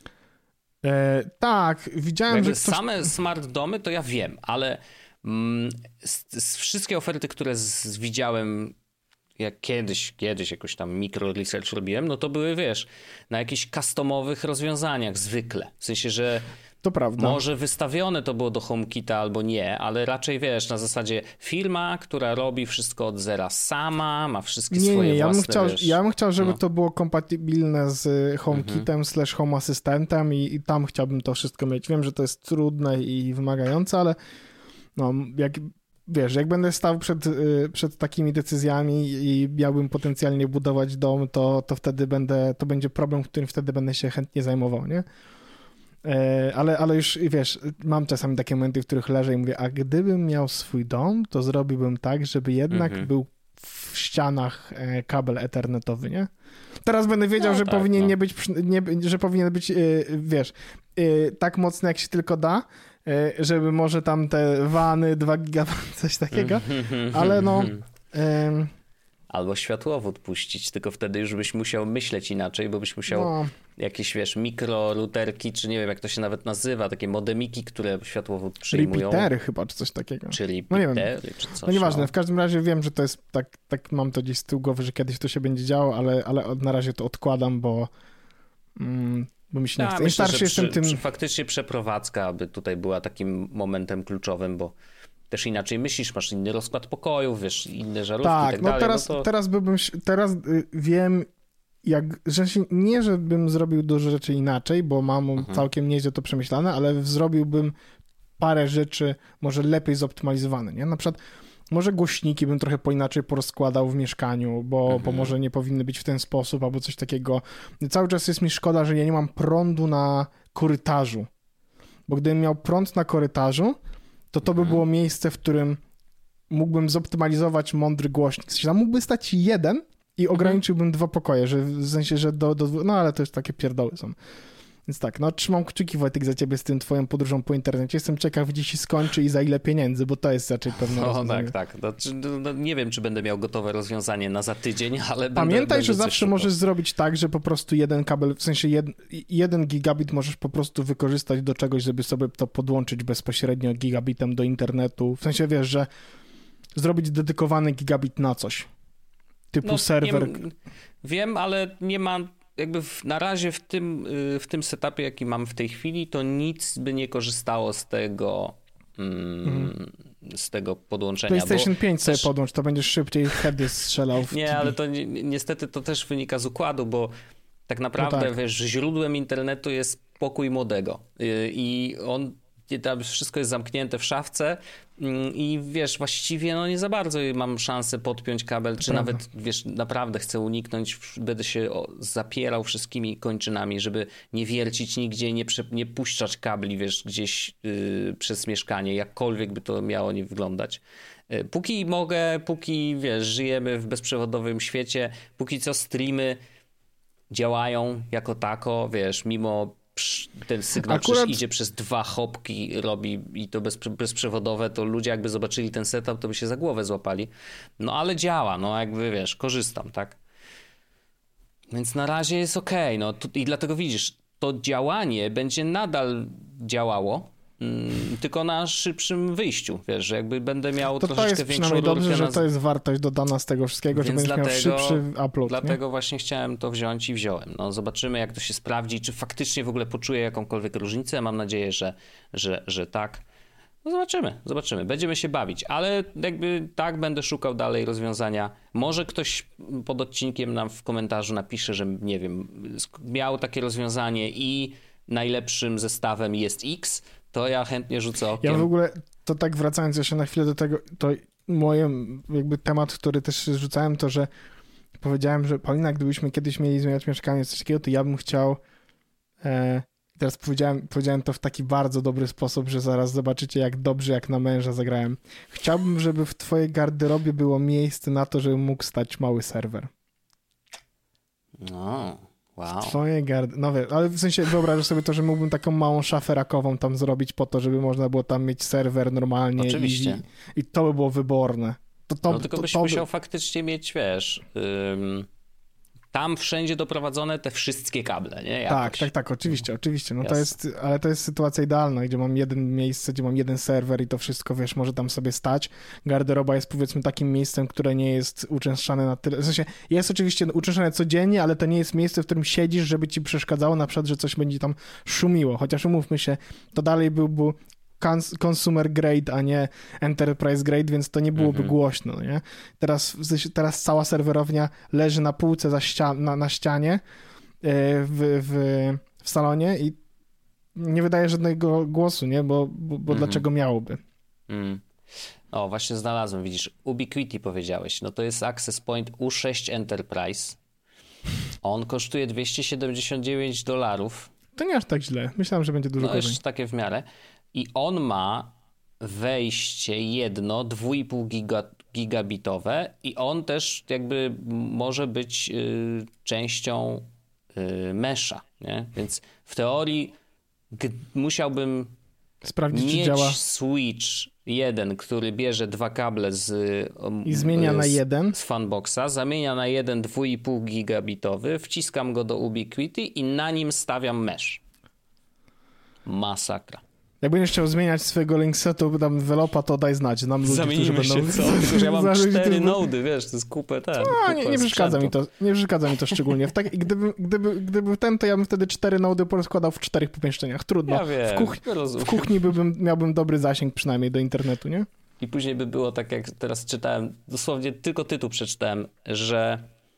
E, tak, widziałem, Jakby że ktoś... Same smart domy to ja wiem, ale mm, z, z wszystkie oferty, które z, widziałem, jak kiedyś, kiedyś jakoś tam mikro research robiłem, no to były, wiesz, na jakichś customowych rozwiązaniach zwykle. W sensie, że to prawda. Może wystawione to było do HomeKita albo nie, ale raczej wiesz, na zasadzie firma, która robi wszystko od zera sama, ma wszystkie nie, swoje nie, ja własne, bym chciał, wiesz, ja bym chciał, żeby no. to było kompatybilne z HomeKitem mhm. slash Home Assistentem i, i tam chciałbym to wszystko mieć. Wiem, że to jest trudne i wymagające, ale no, jak wiesz, jak będę stał przed, przed takimi decyzjami i miałbym potencjalnie budować dom, to, to wtedy będę, to będzie problem, którym wtedy będę się chętnie zajmował, nie? Ale, ale już, wiesz, mam czasami takie momenty, w których leżę i mówię, a gdybym miał swój dom, to zrobiłbym tak, żeby jednak mhm. był w ścianach kabel ethernetowy, nie? Teraz będę wiedział, no, że, tak, powinien no. nie być, nie, że powinien być, wiesz, tak mocny, jak się tylko da, żeby może tam te wany, dwa gigabajty, coś takiego, ale no... Albo światłowód puścić, tylko wtedy już byś musiał myśleć inaczej, bo byś musiał no. jakieś, wiesz, mikroruterki, czy nie wiem, jak to się nawet nazywa, takie modemiki, które światłowód przyjmują. Repeatery chyba, czy coś takiego. Czy repeatery, no czy coś. No nieważne, no. W każdym razie wiem, że to jest, tak, tak mam to gdzieś z tyłu głowy, że kiedyś to się będzie działo, ale, ale na razie to odkładam, bo... Mm, bo mi się nie ja, chce. Myślę, starszy że jestem przy, tym... przy faktycznie przeprowadzka, aby tutaj była takim momentem kluczowym, bo też inaczej myślisz, masz inny rozkład pokojów, wiesz, inne żarówki tak, i tak no dalej. Teraz, no to... teraz byłbym, teraz wiem, jak, że się, nie, żebym zrobił dużo rzeczy inaczej, bo mam mhm. całkiem nieźle to przemyślane, ale zrobiłbym parę rzeczy może lepiej zoptymalizowane, nie? Na przykład może głośniki bym trochę po inaczej porozkładał w mieszkaniu, bo, mhm. bo może nie powinny być w ten sposób albo coś takiego. Cały czas jest mi szkoda, że ja nie mam prądu na korytarzu, bo gdybym miał prąd na korytarzu, to to by było miejsce, w którym mógłbym zoptymalizować mądry głośnik. W sensie, tam mógłby stać jeden i ograniczyłbym mhm. dwa pokoje, że w sensie, że do, do... No ale to już takie pierdoły są. Więc tak, no trzymam kciuki, Wojtek, za ciebie z tym twoją podróżą po internecie. Jestem ciekaw, gdzie się skończy i za ile pieniędzy, bo to jest raczej pewne rozwiązanie. O tak, tak. No, no, nie wiem, czy będę miał gotowe rozwiązanie na za tydzień, ale Pamiętaj, będę, że będę zawsze możesz zrobić tak, że po prostu jeden kabel, w sensie jed, jeden gigabit możesz po prostu wykorzystać do czegoś, żeby sobie to podłączyć bezpośrednio gigabitem do internetu. W sensie, wiesz, że zrobić dedykowany gigabit na coś. Typu no, serwer. Nie, wiem, ale nie ma jakby w, na razie w tym, w tym setupie, jaki mam w tej chwili, to nic by nie korzystało z tego mm, mhm. z tego podłączenia. PlayStation bo pięć sobie też... podłącz, to będziesz szybciej heady strzelał. W nie, T V. ale to ni niestety to też wynika z układu, bo tak naprawdę no tak. wiesz, źródłem internetu jest pokój młodego i on tam wszystko jest zamknięte w szafce i wiesz, właściwie no nie za bardzo mam szansę podpiąć kabel, czy Prawda. nawet wiesz, naprawdę chcę uniknąć, będę się zapierał wszystkimi kończynami, żeby nie wiercić nigdzie, nie, prze, nie puszczać kabli, wiesz, gdzieś yy, przez mieszkanie, jakkolwiek by to miało nie wyglądać. Yy, póki mogę, póki wiesz, żyjemy w bezprzewodowym świecie, póki co streamy działają jako tako, wiesz, mimo ten sygnał Akurat... przecież idzie przez dwa hopki, robi i to bez, bezprzewodowe, to ludzie jakby zobaczyli ten setup, to by się za głowę złapali. No ale działa, no jakby wiesz, korzystam, tak? Więc na razie jest okej, no to, i dlatego widzisz, to działanie będzie nadal działało, mm, tylko na szybszym wyjściu, wiesz, że jakby będę miał to troszeczkę to jest większą przynajmniej dobrze, na... że to jest wartość dodana z tego wszystkiego, Więc że będziesz dlatego, miał szybszy upload. Dlatego nie? właśnie chciałem to wziąć i wziąłem. No zobaczymy, jak to się sprawdzi, czy faktycznie w ogóle poczuję jakąkolwiek różnicę. Mam nadzieję, że, że, że tak. No zobaczymy, zobaczymy. Będziemy się bawić, ale jakby tak będę szukał dalej rozwiązania. Może ktoś pod odcinkiem nam w komentarzu napisze, że nie wiem, miał takie rozwiązanie i najlepszym zestawem jest X, to ja chętnie rzucę okiem. Ja w ogóle, to tak wracając jeszcze na chwilę do tego, to moje jakby temat, który też rzucałem, to że powiedziałem, że Paulina, gdybyśmy kiedyś mieli zmieniać mieszkanie, coś takiego, to ja bym chciał e, teraz powiedziałem, powiedziałem to w taki bardzo dobry sposób, że zaraz zobaczycie, jak dobrze, jak na męża zagrałem. Chciałbym, żeby w twojej garderobie było miejsce na to, żeby mógł stać mały serwer. No, wow. Twoje gard... No wiesz, ale w sensie wyobrażasz sobie to, że mógłbym taką małą szafę rakową tam zrobić po to, żeby można było tam mieć serwer normalnie. Oczywiście. I, i to by było wyborne. To, to, no tylko to, byś to, musiał by... faktycznie mieć, wiesz, ym, tam wszędzie doprowadzone te wszystkie kable, nie? Jakoś. Tak, tak, tak, oczywiście, oczywiście. No Jasne. to jest, ale to jest sytuacja idealna, gdzie mam jeden miejsce, gdzie mam jeden serwer i to wszystko, wiesz, może tam sobie stać. Garderoba jest powiedzmy takim miejscem, które nie jest uczęszczane na tyle, w sensie jest oczywiście uczęszczane codziennie, ale to nie jest miejsce, w którym siedzisz, żeby ci przeszkadzało na przykład, że coś będzie tam szumiło, chociaż umówmy się, to dalej byłby consumer grade, a nie enterprise grade, więc to nie byłoby mm-hmm. głośno, nie? Teraz, teraz cała serwerownia leży na półce za ścia- na, na ścianie w, w, w salonie i nie wydaje żadnego głosu, nie? Bo, bo, bo mm-hmm. dlaczego miałoby? Mm. O, właśnie znalazłem, widzisz, Ubiquiti powiedziałeś, no to jest Access Point U sześć Enterprise. On kosztuje dwieście siedemdziesiąt dziewięć dolarów. To nie aż tak źle. Myślałem, że będzie dużo no gorzej. No jeszcze takie w miarę. I on ma wejście jedno, dwa i pół giga, gigabitowe i on też jakby może być y, częścią y, mesha, nie? Więc w teorii g- musiałbym sprawdzić, mieć czy działa switch jeden, który bierze dwa kable z um, i zmienia z, na jeden z Funboxa, zamienia na jeden dwa i pół gigabitowy, wciskam go do Ubiquiti i na nim stawiam mesh. Masakra. Jak będziesz chciał zmieniać swojego linksetu, tam developa, to daj znać. Znam ludzi, Zamienimy którzy będą... się, co? Tylko, że ja mam ludzi, cztery którzy... nody, wiesz, to jest kupę ten. No, nie, nie przeszkadza mi to, nie przeszkadza mi to szczególnie. W tak, gdyby, gdyby, gdyby ten, to ja bym wtedy cztery nody porozkładał w czterech pomieszczeniach. Trudno. Ja wiem, w, kuch... w kuchni byłbym, miałbym dobry zasięg przynajmniej do internetu, nie? I później by było tak, jak teraz czytałem, dosłownie tylko tytuł przeczytałem, że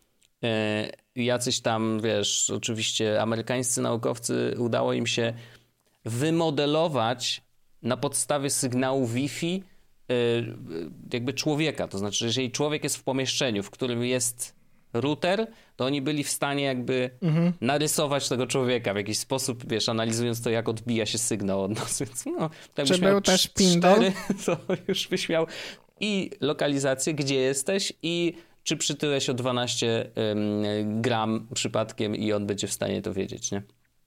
yy, jacyś tam, wiesz, oczywiście amerykańscy naukowcy udało im się wymodelować na podstawie sygnału Wi-Fi yy, jakby człowieka. To znaczy, jeżeli człowiek jest w pomieszczeniu, w którym jest router, to oni byli w stanie jakby mhm. narysować tego człowieka w jakiś sposób, wiesz, analizując to, jak odbija się sygnał od nas. Więc no, tak czy był też pindol? Cztery, to już byś miał i lokalizację, gdzie jesteś i czy przytyłeś o dwanaście um, gram przypadkiem i on będzie w stanie to wiedzieć, nie?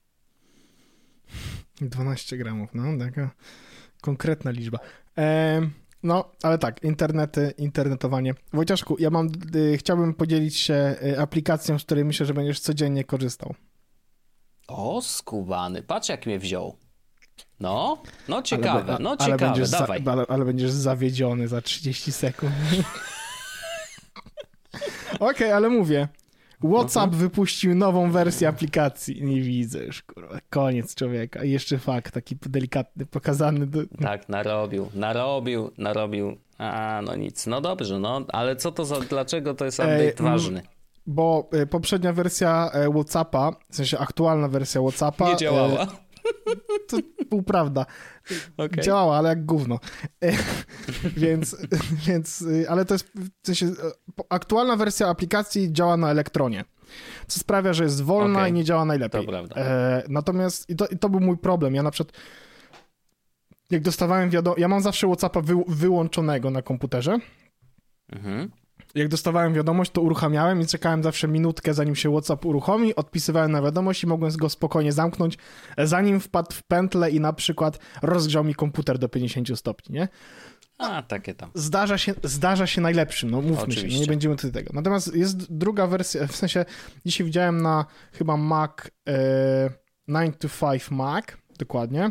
dwanaście gramów, no, taka konkretna liczba. E, no, ale tak, internety, internetowanie. Wojciaszku, ja mam, y, chciałbym podzielić się y, aplikacją, z której myślę, że będziesz codziennie korzystał. O, skubany, patrz jak mnie wziął. No, no ciekawe, ale, no ale ciekawe, będziesz dawaj. Za, ale, ale będziesz zawiedziony za trzydzieści sekund. Okej, okay, ale mówię. WhatsApp uh-huh. wypuścił nową wersję aplikacji. Nie widzę już, kurwa. Koniec człowieka. I jeszcze fakt taki delikatny, pokazany. Do... Tak, narobił, narobił, narobił. A, no nic. No dobrze, no, ale co to za, dlaczego to jest update e, ważny? Bo e, poprzednia wersja e, WhatsAppa, w sensie aktualna wersja WhatsAppa... Nie działała. E, to półprawda. Okay. Działała, ale jak gówno. E, więc, więc, ale to jest, w sensie, aktualna wersja aplikacji działa na Elektronie, co sprawia, że jest wolna okay. i nie działa najlepiej. To prawda. E, natomiast, i to, i to był mój problem. Ja na przykład, jak dostawałem wiadomość, ja mam zawsze WhatsAppa wy, wyłączonego na komputerze. Mhm. Jak dostawałem wiadomość, to uruchamiałem i czekałem zawsze minutkę, zanim się WhatsApp uruchomi, odpisywałem na wiadomość i mogłem go spokojnie zamknąć, zanim wpadł w pętlę i na przykład rozgrzał mi komputer do pięćdziesięciu stopni, nie? A, takie tam. Zdarza się, zdarza się najlepszym, no mówmy Oczywiście. się, no nie będziemy tutaj tego. Natomiast jest druga wersja, w sensie dzisiaj widziałem na chyba Mac e, nine to five Mac, dokładnie,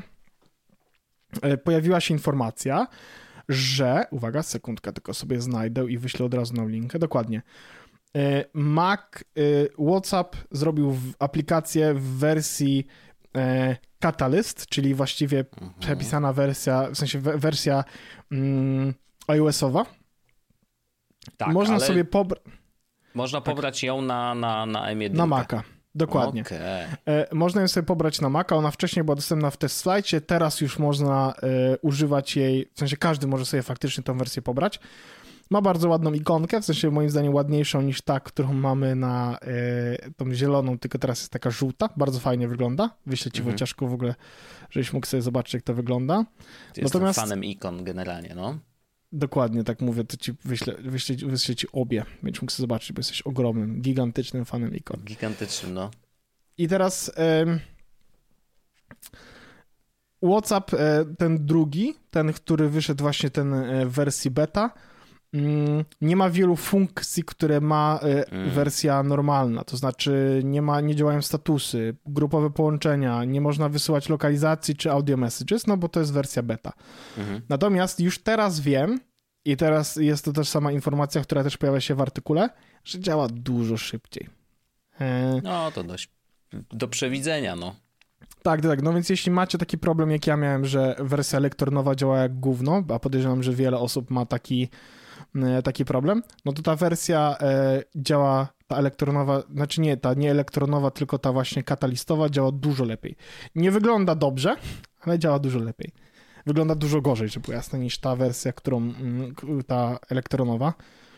e, pojawiła się informacja, że, uwaga, sekundkę, tylko sobie znajdę i wyślę od razu na linkę, dokładnie. Mac, WhatsApp zrobił aplikację w wersji Catalyst, czyli właściwie mhm. przepisana wersja, w sensie wersja mm, iOS-owa. Tak, Można ale sobie pobrać... Można pobrać tak. ją na, na, na M jeden. Na Maca. Dokładnie. Okay. Można ją sobie pobrać na Maca, ona wcześniej była dostępna w test flightie, teraz już można e, używać jej, w sensie każdy może sobie faktycznie tą wersję pobrać. Ma bardzo ładną ikonkę, w sensie moim zdaniem ładniejszą niż ta, którą mamy na e, tą zieloną, tylko teraz jest taka żółta, bardzo fajnie wygląda. Wyślę ci mm-hmm. Wojciaszku w ogóle, żebyś mógł sobie zobaczyć, jak to wygląda. Ty Natomiast... Jestem fanem ikon generalnie, no. Dokładnie, tak mówię, to ci wyślę, wyślę, wyślę ci obie, będziesz mógł sobie zobaczyć, bo jesteś ogromnym, gigantycznym fanem ikon. Gigantycznym, no. I teraz ym, WhatsApp, y, ten drugi, ten, który wyszedł właśnie ten y, w wersji beta, y, nie ma wielu funkcji, które ma y, mm. wersja normalna, to znaczy nie ma, nie działają statusy, grupowe połączenia, nie można wysyłać lokalizacji czy audio messages, no bo to jest wersja beta. Mm-hmm. Natomiast już teraz wiem, i teraz jest to też sama informacja, która też pojawia się w artykule, że działa dużo szybciej. E... No to dość do przewidzenia, no. Tak, tak, no więc jeśli macie taki problem, jak ja miałem, że wersja elektronowa działa jak gówno, a podejrzewam, że wiele osób ma taki, taki problem, no to ta wersja e, działa, ta elektronowa, znaczy nie, ta nie elektronowa, tylko ta właśnie katalistowa działa dużo lepiej. Nie wygląda dobrze, ale działa dużo lepiej. Wygląda dużo gorzej, żeby było jasne, niż ta wersja, którą, ta elektronowa.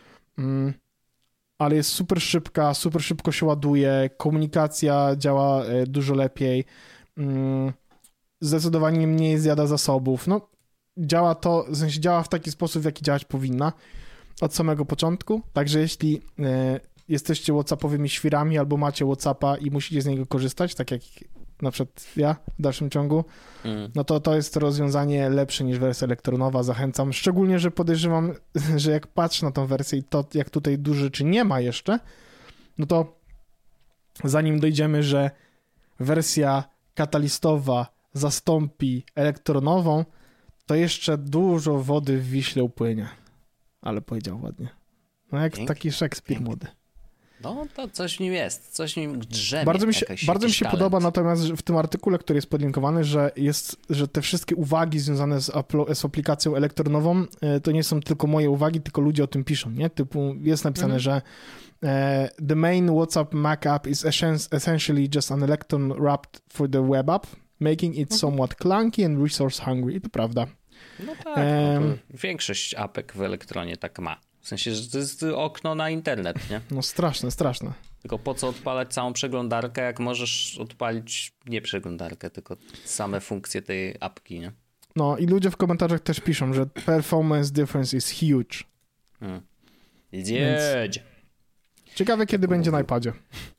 Ale jest super szybka, super szybko się ładuje, komunikacja działa dużo lepiej, zdecydowanie mniej zjada zasobów. No, działa to, w sensie działa w taki sposób, w jaki działać powinna od samego początku. Także jeśli jesteście WhatsAppowymi świrami albo macie WhatsAppa i musicie z niego korzystać, tak jak na przykład ja w dalszym ciągu, mm. no to to jest rozwiązanie lepsze niż wersja elektronowa. Zachęcam, szczególnie, że podejrzewam, że jak patrzę na tą wersję i to, jak tutaj dużo rzeczy nie ma jeszcze, no to zanim dojdziemy, że wersja katalistowa zastąpi elektronową, to jeszcze dużo wody w Wiśle upłynie. Ale powiedział ładnie. No jak Pięknie. Taki Szekspir młody. No to coś w nim jest, coś w nim drzemie. Bardzo mi się, bardzo mi się podoba natomiast w tym artykule, który jest podlinkowany, że, jest, że te wszystkie uwagi związane z, apl- z aplikacją elektronową to nie są tylko moje uwagi, tylko ludzie o tym piszą, nie? Typu jest napisane, mm. że uh, the main WhatsApp Mac app is essentially just an electron wrapped for the web app, making it mm. somewhat clunky and resource hungry. I to prawda. No tak, um, no większość apek w elektronie tak ma. W sensie, że to jest okno na internet, nie? No straszne, straszne. Tylko po co odpalać całą przeglądarkę, jak możesz odpalić nie przeglądarkę, tylko same funkcje tej apki, nie? No i ludzie w komentarzach też piszą, że performance difference is huge. Hmm. Więc... Ciekawe, kiedy będzie na iPadzie.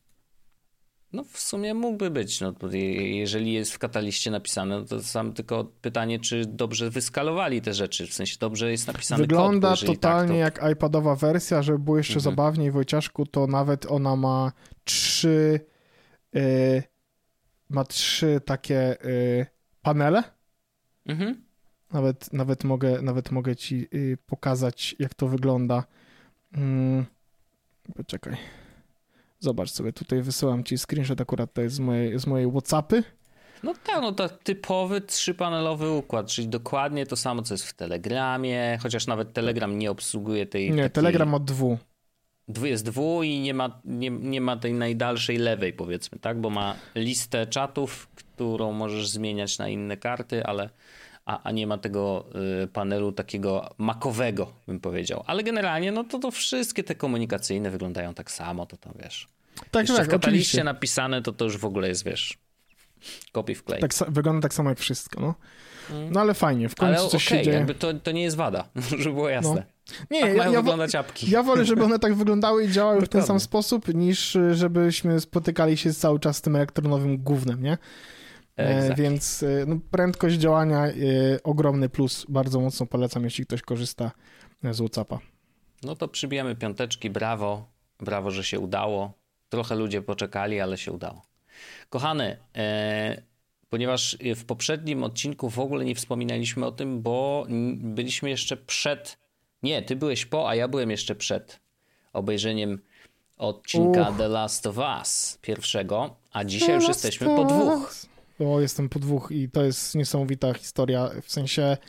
No w sumie mógłby być, no jeżeli jest w kataliście napisane, no to sam tylko pytanie, czy dobrze wyskalowali te rzeczy, w sensie dobrze jest napisany Wygląda kod. Wygląda totalnie tak, to... jak iPadowa wersja, żeby było jeszcze mhm. zabawniej, Wojciaszku, to nawet ona ma trzy yy, ma trzy takie yy, panele. Mhm. Nawet, nawet, mogę, nawet mogę ci yy, pokazać, jak to wygląda. Yy, poczekaj. Zobacz sobie, tutaj wysyłam ci screenshot, akurat to jest z mojej, z mojej WhatsAppy. No tak, no to typowy trzypanelowy układ, czyli dokładnie to samo, co jest w Telegramie, chociaż nawet Telegram nie obsługuje tej... Nie, takiej... Telegram ma dwu. Dwu jest dwu i nie ma, nie, nie ma tej najdalszej lewej, powiedzmy, tak? Bo ma listę czatów, którą możesz zmieniać na inne karty, ale a, a nie ma tego y, panelu takiego makowego, bym powiedział. Ale generalnie, no to, to wszystkie te komunikacyjne wyglądają tak samo, to tam wiesz. Tak, Jeszcze tak, w kataliście oczywiście. napisane, to to już w ogóle jest, wiesz, copy wklej. Tak, wygląda tak samo jak wszystko, no. No ale fajnie, w końcu ale coś okay, się dzieje. jakby to, to nie jest wada, żeby było jasne. No. Nie, tak ja, mają ja, wyglądać apki. Ja wolę, żeby one tak wyglądały i działały w ten Dokładnie. sam sposób, niż żebyśmy spotykali się cały czas z tym elektronowym gównem, nie? E, więc no, prędkość działania, e, ogromny plus, bardzo mocno polecam, jeśli ktoś korzysta z WhatsAppa. No to przybijamy piąteczki, brawo, brawo, że się udało. Trochę ludzie poczekali, ale się udało. Kochany, e, ponieważ w poprzednim odcinku w ogóle nie wspominaliśmy o tym, bo byliśmy jeszcze przed, nie, ty byłeś po, a ja byłem jeszcze przed obejrzeniem odcinka Uch. The Last of Us pierwszego, a dzisiaj The już jesteśmy po dwóch. O, jestem po dwóch i to jest niesamowita historia, w sensie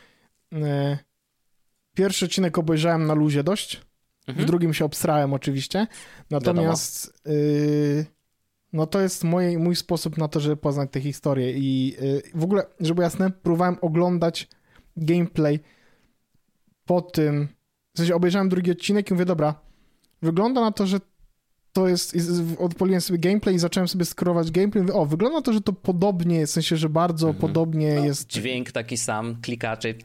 e, pierwszy odcinek obejrzałem na luzie dość, mhm. w drugim się obsrałem oczywiście, natomiast y, no to jest moje, mój sposób na to, żeby poznać tę historię i y, w ogóle, żeby jasne, próbowałem oglądać gameplay po tym, w sensie obejrzałem drugi odcinek i mówię, dobra, wygląda na to, że to jest, odpaliłem sobie gameplay i zacząłem sobie scrollować gameplay i mówię, o, wygląda na to, że to podobnie, w sensie, że bardzo mhm. podobnie no, jest... Dźwięk taki sam, klikacze.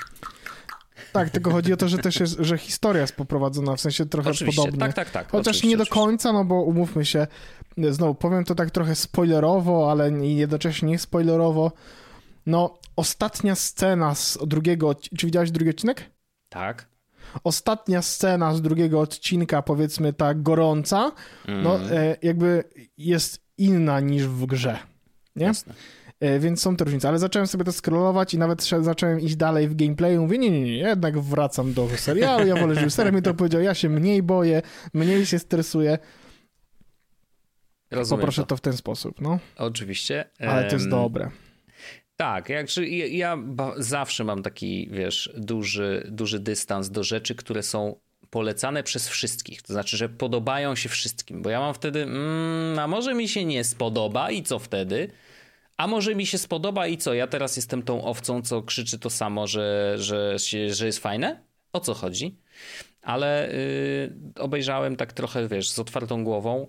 Tak, tylko chodzi o to, że też jest, że historia jest poprowadzona, w sensie trochę oczywiście. podobnie. Tak, tak, tak. Chociaż nie do końca, no bo umówmy się, znowu powiem to tak trochę spoilerowo, ale jednocześnie nie spoilerowo. No, ostatnia scena z drugiego, czy widziałeś drugi odcinek? Tak. Ostatnia scena z drugiego odcinka, powiedzmy tak gorąca, mm. no jakby jest inna niż w grze, nie? Jasne. Więc są te różnice, ale zacząłem sobie to scrollować i nawet zacząłem iść dalej w gameplayu, mówię, nie, nie, nie, jednak wracam do serialu, ja wolę, żeby serial mi to powiedział, ja się mniej boję, mniej się stresuję. Rozumiem Poproszę to. to w ten sposób, no. Oczywiście. Ale to jest um... dobre. Tak, jak, ja, ja zawsze mam taki, wiesz, duży, duży dystans do rzeczy, które są polecane przez wszystkich. To znaczy, że podobają się wszystkim, bo ja mam wtedy, mm, a może mi się nie spodoba i co wtedy? A może mi się spodoba i co? Ja teraz jestem tą owcą, co krzyczy to samo, że, że, się, że jest fajne? O co chodzi? Ale yy, obejrzałem tak trochę, wiesz, z otwartą głową.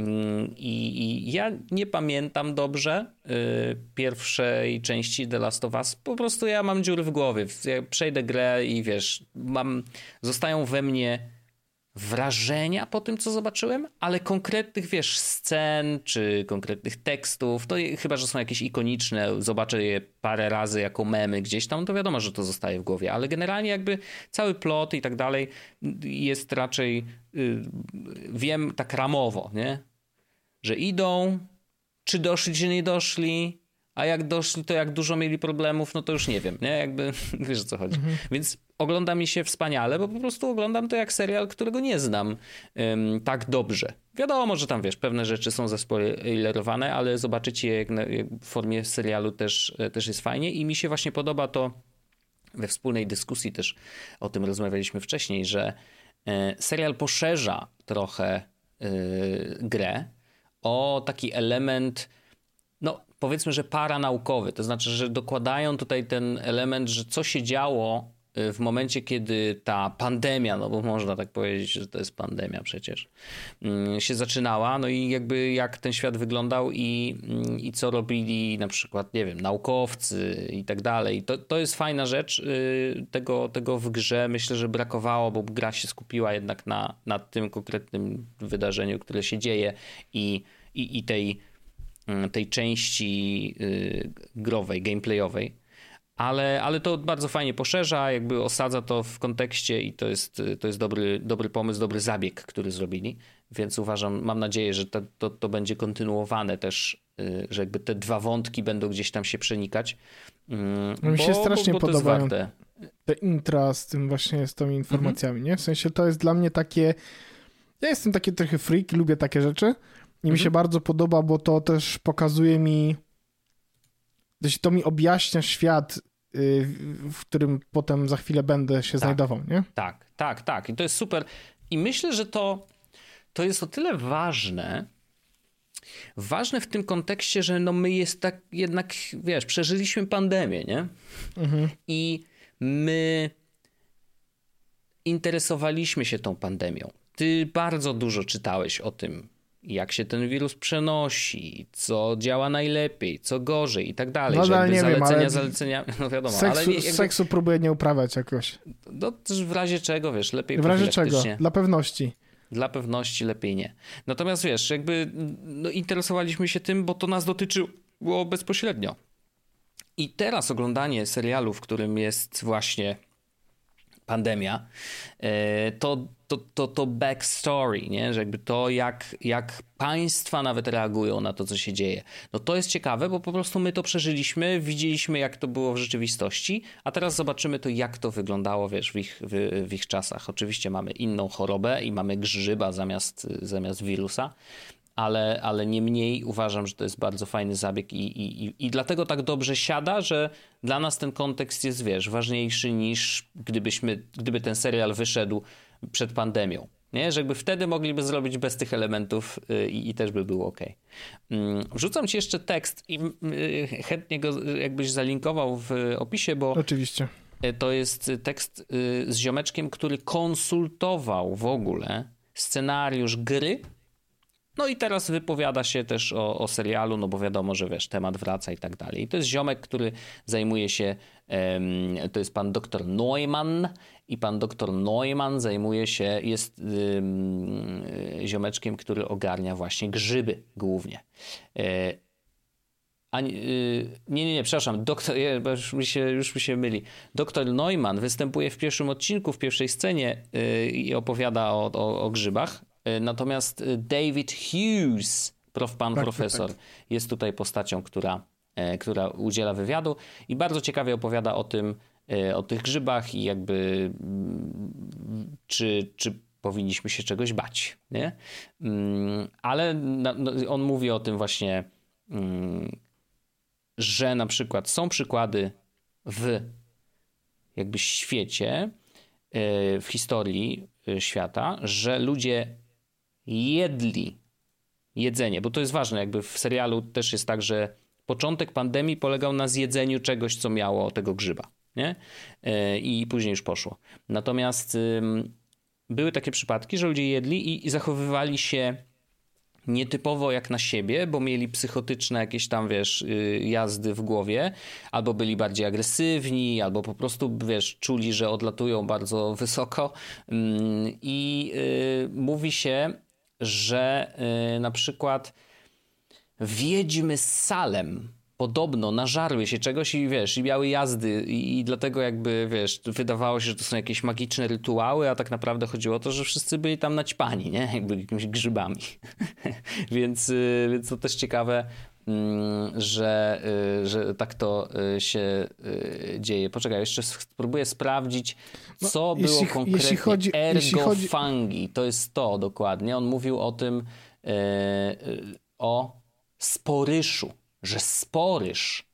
I, I ja nie pamiętam dobrze y, pierwszej części The Last of Us. Po prostu ja mam dziury w głowie. Ja przejdę grę i wiesz, mam, zostają we mnie wrażenia po tym, co zobaczyłem, ale konkretnych, wiesz, scen czy konkretnych tekstów, to chyba, że są jakieś ikoniczne, zobaczę je parę razy jako memy gdzieś tam, to wiadomo, że to zostaje w głowie, ale generalnie jakby cały plot i tak dalej jest raczej, yy, wiem tak ramowo, nie? Że idą, czy doszli, czy nie doszli, a jak doszli, to jak dużo mieli problemów, no to już nie wiem, nie? Jakby, wiesz o co chodzi. Mhm. Więc ogląda mi się wspaniale, bo po prostu oglądam to jak serial, którego nie znam um, tak dobrze. Wiadomo, że tam, wiesz, pewne rzeczy są zaspoilerowane, ale zobaczyć je jak na, jak w formie serialu też, też jest fajnie i mi się właśnie podoba to, we wspólnej dyskusji też o tym rozmawialiśmy wcześniej, że e, serial poszerza trochę e, grę o taki element, no powiedzmy, że paranaukowy, to znaczy, że dokładają tutaj ten element, że co się działo w momencie, kiedy ta pandemia, no bo można tak powiedzieć, że to jest pandemia przecież, się zaczynała, no i jakby jak ten świat wyglądał i, i co robili na przykład, nie wiem, naukowcy i tak dalej. To, to jest fajna rzecz, tego, tego w grze myślę, że brakowało, bo gra się skupiła jednak na, na tym konkretnym wydarzeniu, które się dzieje i, i, i tej, tej części growej, gameplayowej. Ale, ale to bardzo fajnie poszerza, jakby osadza to w kontekście i to jest, to jest dobry, dobry pomysł, dobry zabieg, który zrobili, więc uważam, mam nadzieję, że to, to, to będzie kontynuowane też, że jakby te dwa wątki będą gdzieś tam się przenikać. No mi się strasznie bo, bo podobają te intra z tym właśnie, z tymi informacjami, mhm. nie? W sensie to jest dla mnie takie, Ja jestem taki trochę freak, lubię takie rzeczy i mhm. mi się bardzo podoba, bo to też pokazuje mi, to mi objaśnia świat, w którym potem za chwilę będę się tak, znajdował, nie? Tak, tak, tak. I to jest super. I myślę, że to, to jest o tyle ważne, ważne w tym kontekście, że no my jest tak jednak, wiesz, przeżyliśmy pandemię, nie? Mhm. I my interesowaliśmy się tą pandemią. Ty bardzo dużo czytałeś o tym, jak się ten wirus przenosi, co działa najlepiej, co gorzej i tak dalej. No, ale nie zalecenia, wiem, ale zalecenia, no wiadomo. Seksu, ale nie, jakby, seksu próbuję nie uprawiać jakoś. No też w razie czego, wiesz, lepiej W razie czego? Dla pewności. Dla pewności lepiej nie. Natomiast wiesz, jakby no, interesowaliśmy się tym, bo to nas dotyczyło bezpośrednio. I teraz oglądanie serialu, w którym jest właśnie pandemia, to, to, to, to backstory, nie? Że jakby to, jak, jak państwa nawet reagują na to, co się dzieje. No to jest ciekawe, bo po prostu my to przeżyliśmy, widzieliśmy, jak to było w rzeczywistości, a teraz zobaczymy to, jak to wyglądało, wiesz, w ich, w, w ich czasach. Oczywiście mamy inną chorobę i mamy grzyba zamiast, zamiast wirusa, ale, ale niemniej uważam, że to jest bardzo fajny zabieg i, i, i, i dlatego tak dobrze siada, że dla nas ten kontekst jest, wiesz, ważniejszy niż gdybyśmy, gdyby ten serial wyszedł przed pandemią. Nie? Że jakby wtedy mogliby zrobić bez tych elementów i, i też by było ok. Wrzucam ci jeszcze tekst i chętnie go jakbyś zalinkował w opisie, bo oczywiście. To jest tekst z ziomeczkiem, który konsultował w ogóle scenariusz gry. No i teraz wypowiada się też o, o serialu, no bo wiadomo, że wiesz, temat wraca i tak dalej. I to jest ziomek, który zajmuje się, um, to jest pan doktor Neumann i pan doktor Neumann zajmuje się, jest um, ziomeczkiem, który ogarnia właśnie grzyby głównie. E, a, nie, nie, nie, przepraszam, doktor, już mi się, już mi się myli. Doktor Neumann występuje w pierwszym odcinku, w pierwszej scenie yy, i opowiada o, o, o grzybach. Natomiast David Hughes, prof, pan tak, profesor, tak. jest tutaj postacią, która, która udziela wywiadu i bardzo ciekawie opowiada o tym, o tych grzybach i jakby czy, czy powinniśmy się czegoś bać, nie? Ale on mówi o tym właśnie, że na przykład są przykłady w jakby świecie, w historii świata, że ludzie jedli jedzenie, bo to jest ważne, jakby w serialu też jest tak, że początek pandemii polegał na zjedzeniu czegoś, co miało tego grzyba, nie? I później już poszło. Natomiast były takie przypadki, że ludzie jedli i, i zachowywali się nietypowo jak na siebie, bo mieli psychotyczne jakieś tam, wiesz, jazdy w głowie, albo byli bardziej agresywni, albo po prostu, wiesz, czuli, że odlatują bardzo wysoko. I yy, mówi się, że yy, na przykład wiedźmy z Salem podobno nażarły się czegoś i wiesz, i miały jazdy i, i dlatego jakby, wiesz, wydawało się, że to są jakieś magiczne rytuały, a tak naprawdę chodziło o to, że wszyscy byli tam naćpani, nie? Jakby jakimiś grzybami. więc, y, więc to też ciekawe, y, że, y, że tak to y, się y, dzieje. Poczekaj, jeszcze spróbuję sprawdzić, co no, było jeśli, konkretnie. Jeśli chodzi, ergofungi, chodzi... to jest to dokładnie. On mówił o tym, y, y, o sporyszu. Że sporyż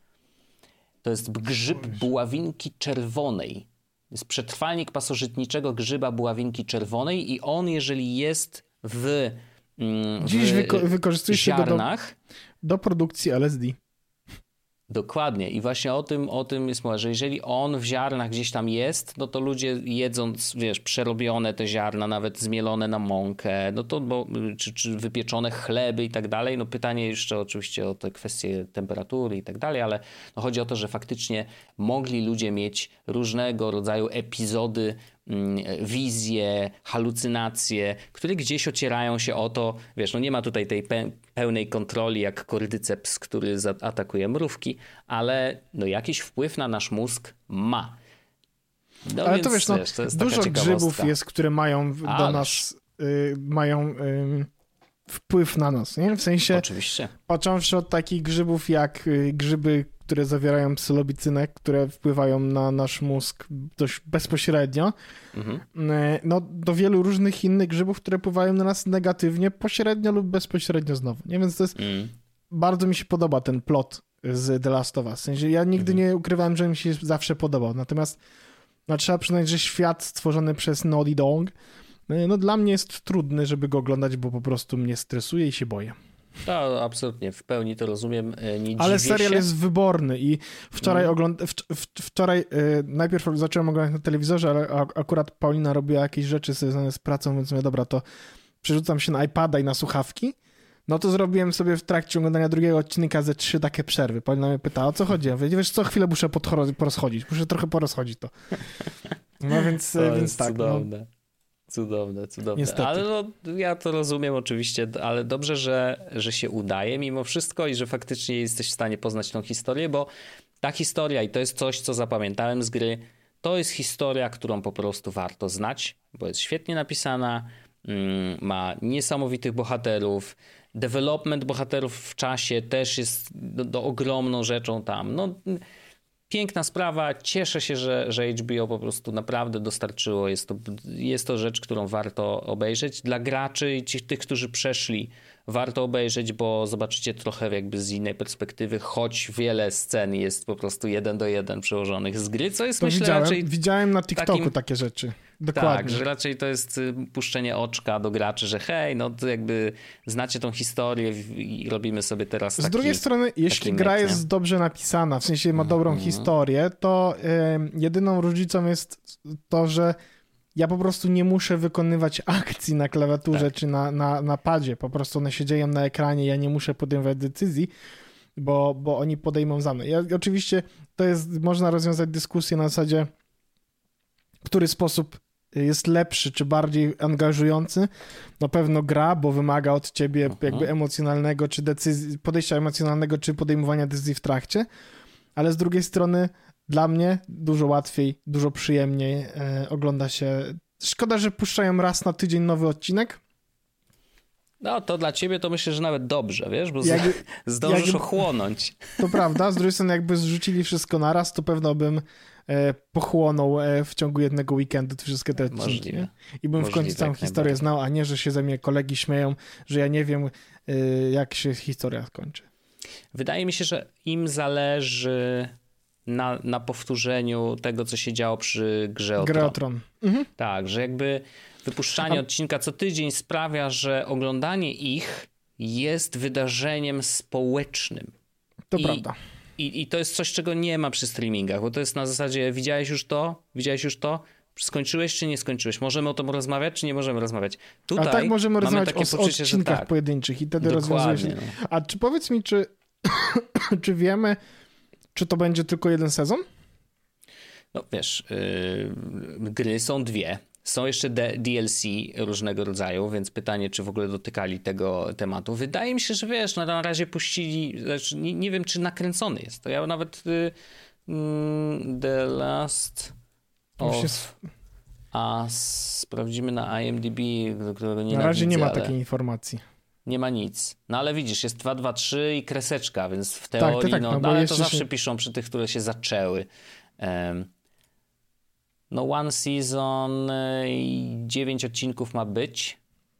to jest grzyb buławinki czerwonej. Jest przetrwalnik pasożytniczego grzyba buławinki czerwonej i on, jeżeli jest w, w Dziś wyko- wykorzystuje się go do, do produkcji L S D. Dokładnie. I właśnie o tym, o tym jest mowa, że jeżeli on w ziarnach gdzieś tam jest, no to ludzie jedząc, wiesz, przerobione te ziarna, nawet zmielone na mąkę, no to, bo, czy, czy wypieczone chleby i tak dalej, no pytanie jeszcze oczywiście o te kwestie temperatury i tak dalej, ale no chodzi o to, że faktycznie mogli ludzie mieć różnego rodzaju epizody, wizje, halucynacje, które gdzieś ocierają się o to, wiesz, no nie ma tutaj tej pe- pełnej kontroli jak kordyceps, który zaatakuje mrówki, ale no jakiś wpływ na nasz mózg ma. No ale więc, to wiesz, no, wiesz to jest dużo grzybów jest, które mają w, do nas, y, mają y, wpływ na nas, nie? W sensie, oczywiście. Począwszy od takich grzybów jak grzyby, które zawierają psylobicynę, które wpływają na nasz mózg dość bezpośrednio, mhm. no do wielu różnych innych grzybów, które wpływają na nas negatywnie, pośrednio lub bezpośrednio znowu, nie? Więc to jest, mm. bardzo mi się podoba ten plot z The Last of Us. W sensie ja nigdy mhm. nie ukrywałem, że mi się zawsze podobał, natomiast no, trzeba przyznać, że świat stworzony przez Naughty Dog, no dla mnie jest trudny, żeby go oglądać, bo po prostu mnie stresuje i się boję. No, absolutnie, w pełni to rozumiem. Nie Ale serial się. jest wyborny i wczoraj mm. ogląd... w, w, wczoraj y, najpierw zacząłem oglądać na telewizorze, ale a, akurat Paulina robiła jakieś rzeczy związane z pracą, więc mówię, dobra, to przerzucam się na iPada i na słuchawki. No to zrobiłem sobie w trakcie oglądania drugiego odcinka ze trzy takie przerwy. Paulina mnie pyta, o co chodzi? Ja mówię, wiesz, co chwilę muszę podcho- porozchodzić, muszę trochę porozchodzić to. No więc, to więc tak. Cudowne. No. Cudowne, cudowne. Niestety. Ale no, ja to rozumiem oczywiście, ale dobrze, że, że się udaje mimo wszystko i że faktycznie jesteś w stanie poznać tą historię, bo ta historia, i to jest coś, co zapamiętałem z gry, to jest historia, którą po prostu warto znać, bo jest świetnie napisana, ma niesamowitych bohaterów, development bohaterów w czasie też jest do, do ogromną rzeczą tam. No, piękna sprawa, cieszę się, że, że H B O po prostu naprawdę dostarczyło. Jest to, jest to rzecz, którą warto obejrzeć. Dla graczy i tych, którzy przeszli, warto obejrzeć, bo zobaczycie trochę jakby z innej perspektywy, choć wiele scen jest po prostu jeden do jeden przełożonych z gry, co jest to myślę widziałem, raczej... Widziałem na TikToku takim... takie rzeczy. Dokładnie. Tak, że raczej to jest puszczenie oczka do graczy, że hej, no to jakby znacie tą historię i robimy sobie teraz taki... Z drugiej strony, jeśli gra jest nie? dobrze napisana, w sensie ma dobrą mm-hmm. historię, to y, jedyną różnicą jest to, że ja po prostu nie muszę wykonywać akcji na klawiaturze tak. czy na, na, na padzie. Po prostu one się dzieją na ekranie, ja nie muszę podejmować decyzji, bo, bo oni podejmą za mnie. Ja, oczywiście to jest, można rozwiązać dyskusję na zasadzie, który sposób jest lepszy, czy bardziej angażujący. Na pewno gra, bo wymaga od ciebie Aha. jakby emocjonalnego, czy decyzji, podejścia emocjonalnego, czy podejmowania decyzji w trakcie, ale z drugiej strony dla mnie dużo łatwiej, dużo przyjemniej e, ogląda się. Szkoda, że puszczają raz na tydzień nowy odcinek. No to dla ciebie to myślę, że nawet dobrze, wiesz, bo jakby, zdążysz jakby, ochłonąć. To prawda, z drugiej strony jakby zrzucili wszystko naraz, to pewno bym e, pochłonął e, w ciągu jednego weekendu te wszystkie te odcinki. Nie? I bym Możliwe, w końcu całą historię znał, a nie, że się ze mnie kolegi śmieją, że ja nie wiem, e, jak się historia skończy. Wydaje mi się, że im zależy na, na powtórzeniu tego, co się działo przy grze o Grę Tron. o Tron. Mhm. Tak, że jakby wypuszczanie A... odcinka co tydzień sprawia, że oglądanie ich jest wydarzeniem społecznym. To I, prawda. I, I to jest coś, czego nie ma przy streamingach, bo to jest na zasadzie widziałeś już to, widziałeś już to, skończyłeś czy nie skończyłeś? Możemy o tym rozmawiać, czy nie możemy rozmawiać? Tutaj A tak możemy rozmawiać o poczucie, odcinkach tak. pojedynczych i wtedy rozwiązuje się. No. A czy powiedz mi, czy, czy wiemy, czy to będzie tylko jeden sezon? No wiesz, yy, gry są dwie. Są jeszcze D L C różnego rodzaju, więc pytanie, czy w ogóle dotykali tego tematu. Wydaje mi się, że wiesz, no na razie puścili, znaczy nie, nie wiem, czy nakręcony jest. To ja nawet y, y, The Last of jest... Us sprawdzimy na I M D B, do którego nie Na razie widzę, nie ma ale... takiej informacji. Nie ma nic. No ale widzisz, jest dwa dwa trzy i kreseczka, więc w teorii, tak, tak, no, no, no ale to się... zawsze piszą przy tych, które się zaczęły. Um, no one season i dziewięć odcinków ma być.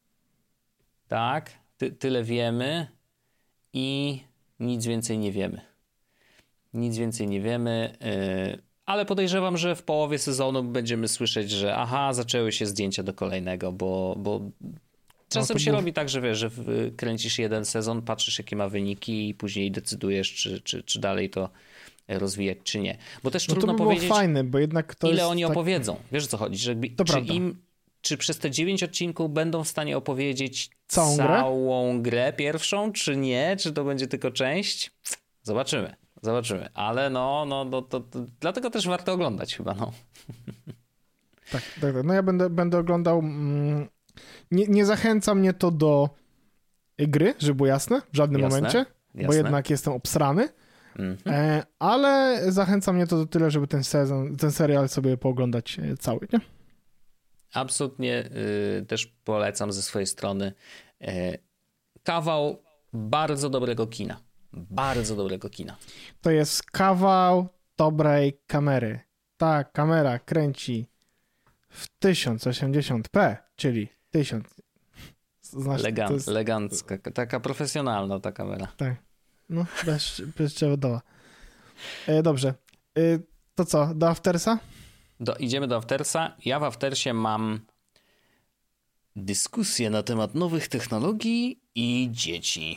Tak, Ty, tyle wiemy i nic więcej nie wiemy. Nic więcej nie wiemy, yy, ale podejrzewam, że w połowie sezonu będziemy słyszeć, że aha, zaczęły się zdjęcia do kolejnego, bo, bo czasem no się był... robi tak, że wiesz, że kręcisz jeden sezon, patrzysz jakie ma wyniki i później decydujesz, czy, czy, czy dalej to rozwijać, czy nie. Bo też no trudno to by powiedzieć, było fajne, bo jednak to ile jest oni tak... opowiedzą. Wiesz o co chodzi? Że, to czy, prawda. im, czy przez te dziewięć odcinków będą w stanie opowiedzieć całą, całą grę? grę pierwszą, czy nie? Czy to będzie tylko część? Zobaczymy. Zobaczymy. Ale no, no to, to, to, dlatego też warto oglądać chyba, no. Tak, tak, tak. No ja będę, będę oglądał... Mm, nie, nie zachęca mnie to do gry, żeby było jasne, w żadnym jasne, momencie, jasne. bo jednak jestem obsrany. Mm-hmm. E, ale zachęca mnie to do tyle, żeby ten sezon, ten serial sobie pooglądać cały, nie? Absolutnie y, też polecam ze swojej strony. Y, kawał bardzo dobrego kina. Bardzo dobrego kina. To jest kawał dobrej kamery. Ta kamera kręci w tysiąc osiemdziesiąt p, czyli tysiąc. Znasz, Elegant, jest... Elegancka, taka profesjonalna ta kamera. Tak, no bez, bezprzewodowa. E, dobrze, e, to co, do Aftersa? Do, idziemy do Aftersa. Ja w Aftersie mam dyskusję na temat nowych technologii i dzieci.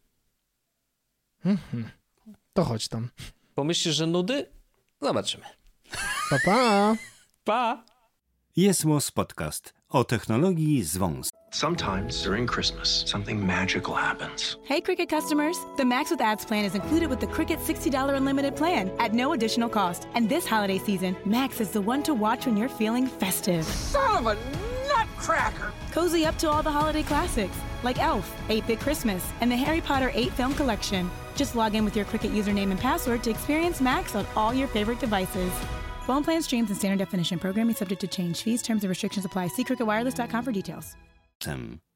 Mhm. To chodź tam. Pomyślisz, że nudy? Zobaczymy. Pa, pa. Pa. Jest Podcast o technologii z wąs. Sometimes during Christmas, something magical happens. Hey, Cricket customers. The Max with Ads plan is included with the Cricket sixty dollars Unlimited plan at no additional cost. And this holiday season, Max is the one to watch when you're feeling festive. Son of a nutcracker! Cozy up to all the holiday classics, like Elf, eight-Bit Christmas, and the Harry Potter eight film collection. Just log in with your Cricket username and password to experience Max on all your favorite devices. Phone plan streams and standard definition. Programming subject to change. Fees, terms, and restrictions apply. See cricket wireless dot com for details. Tym.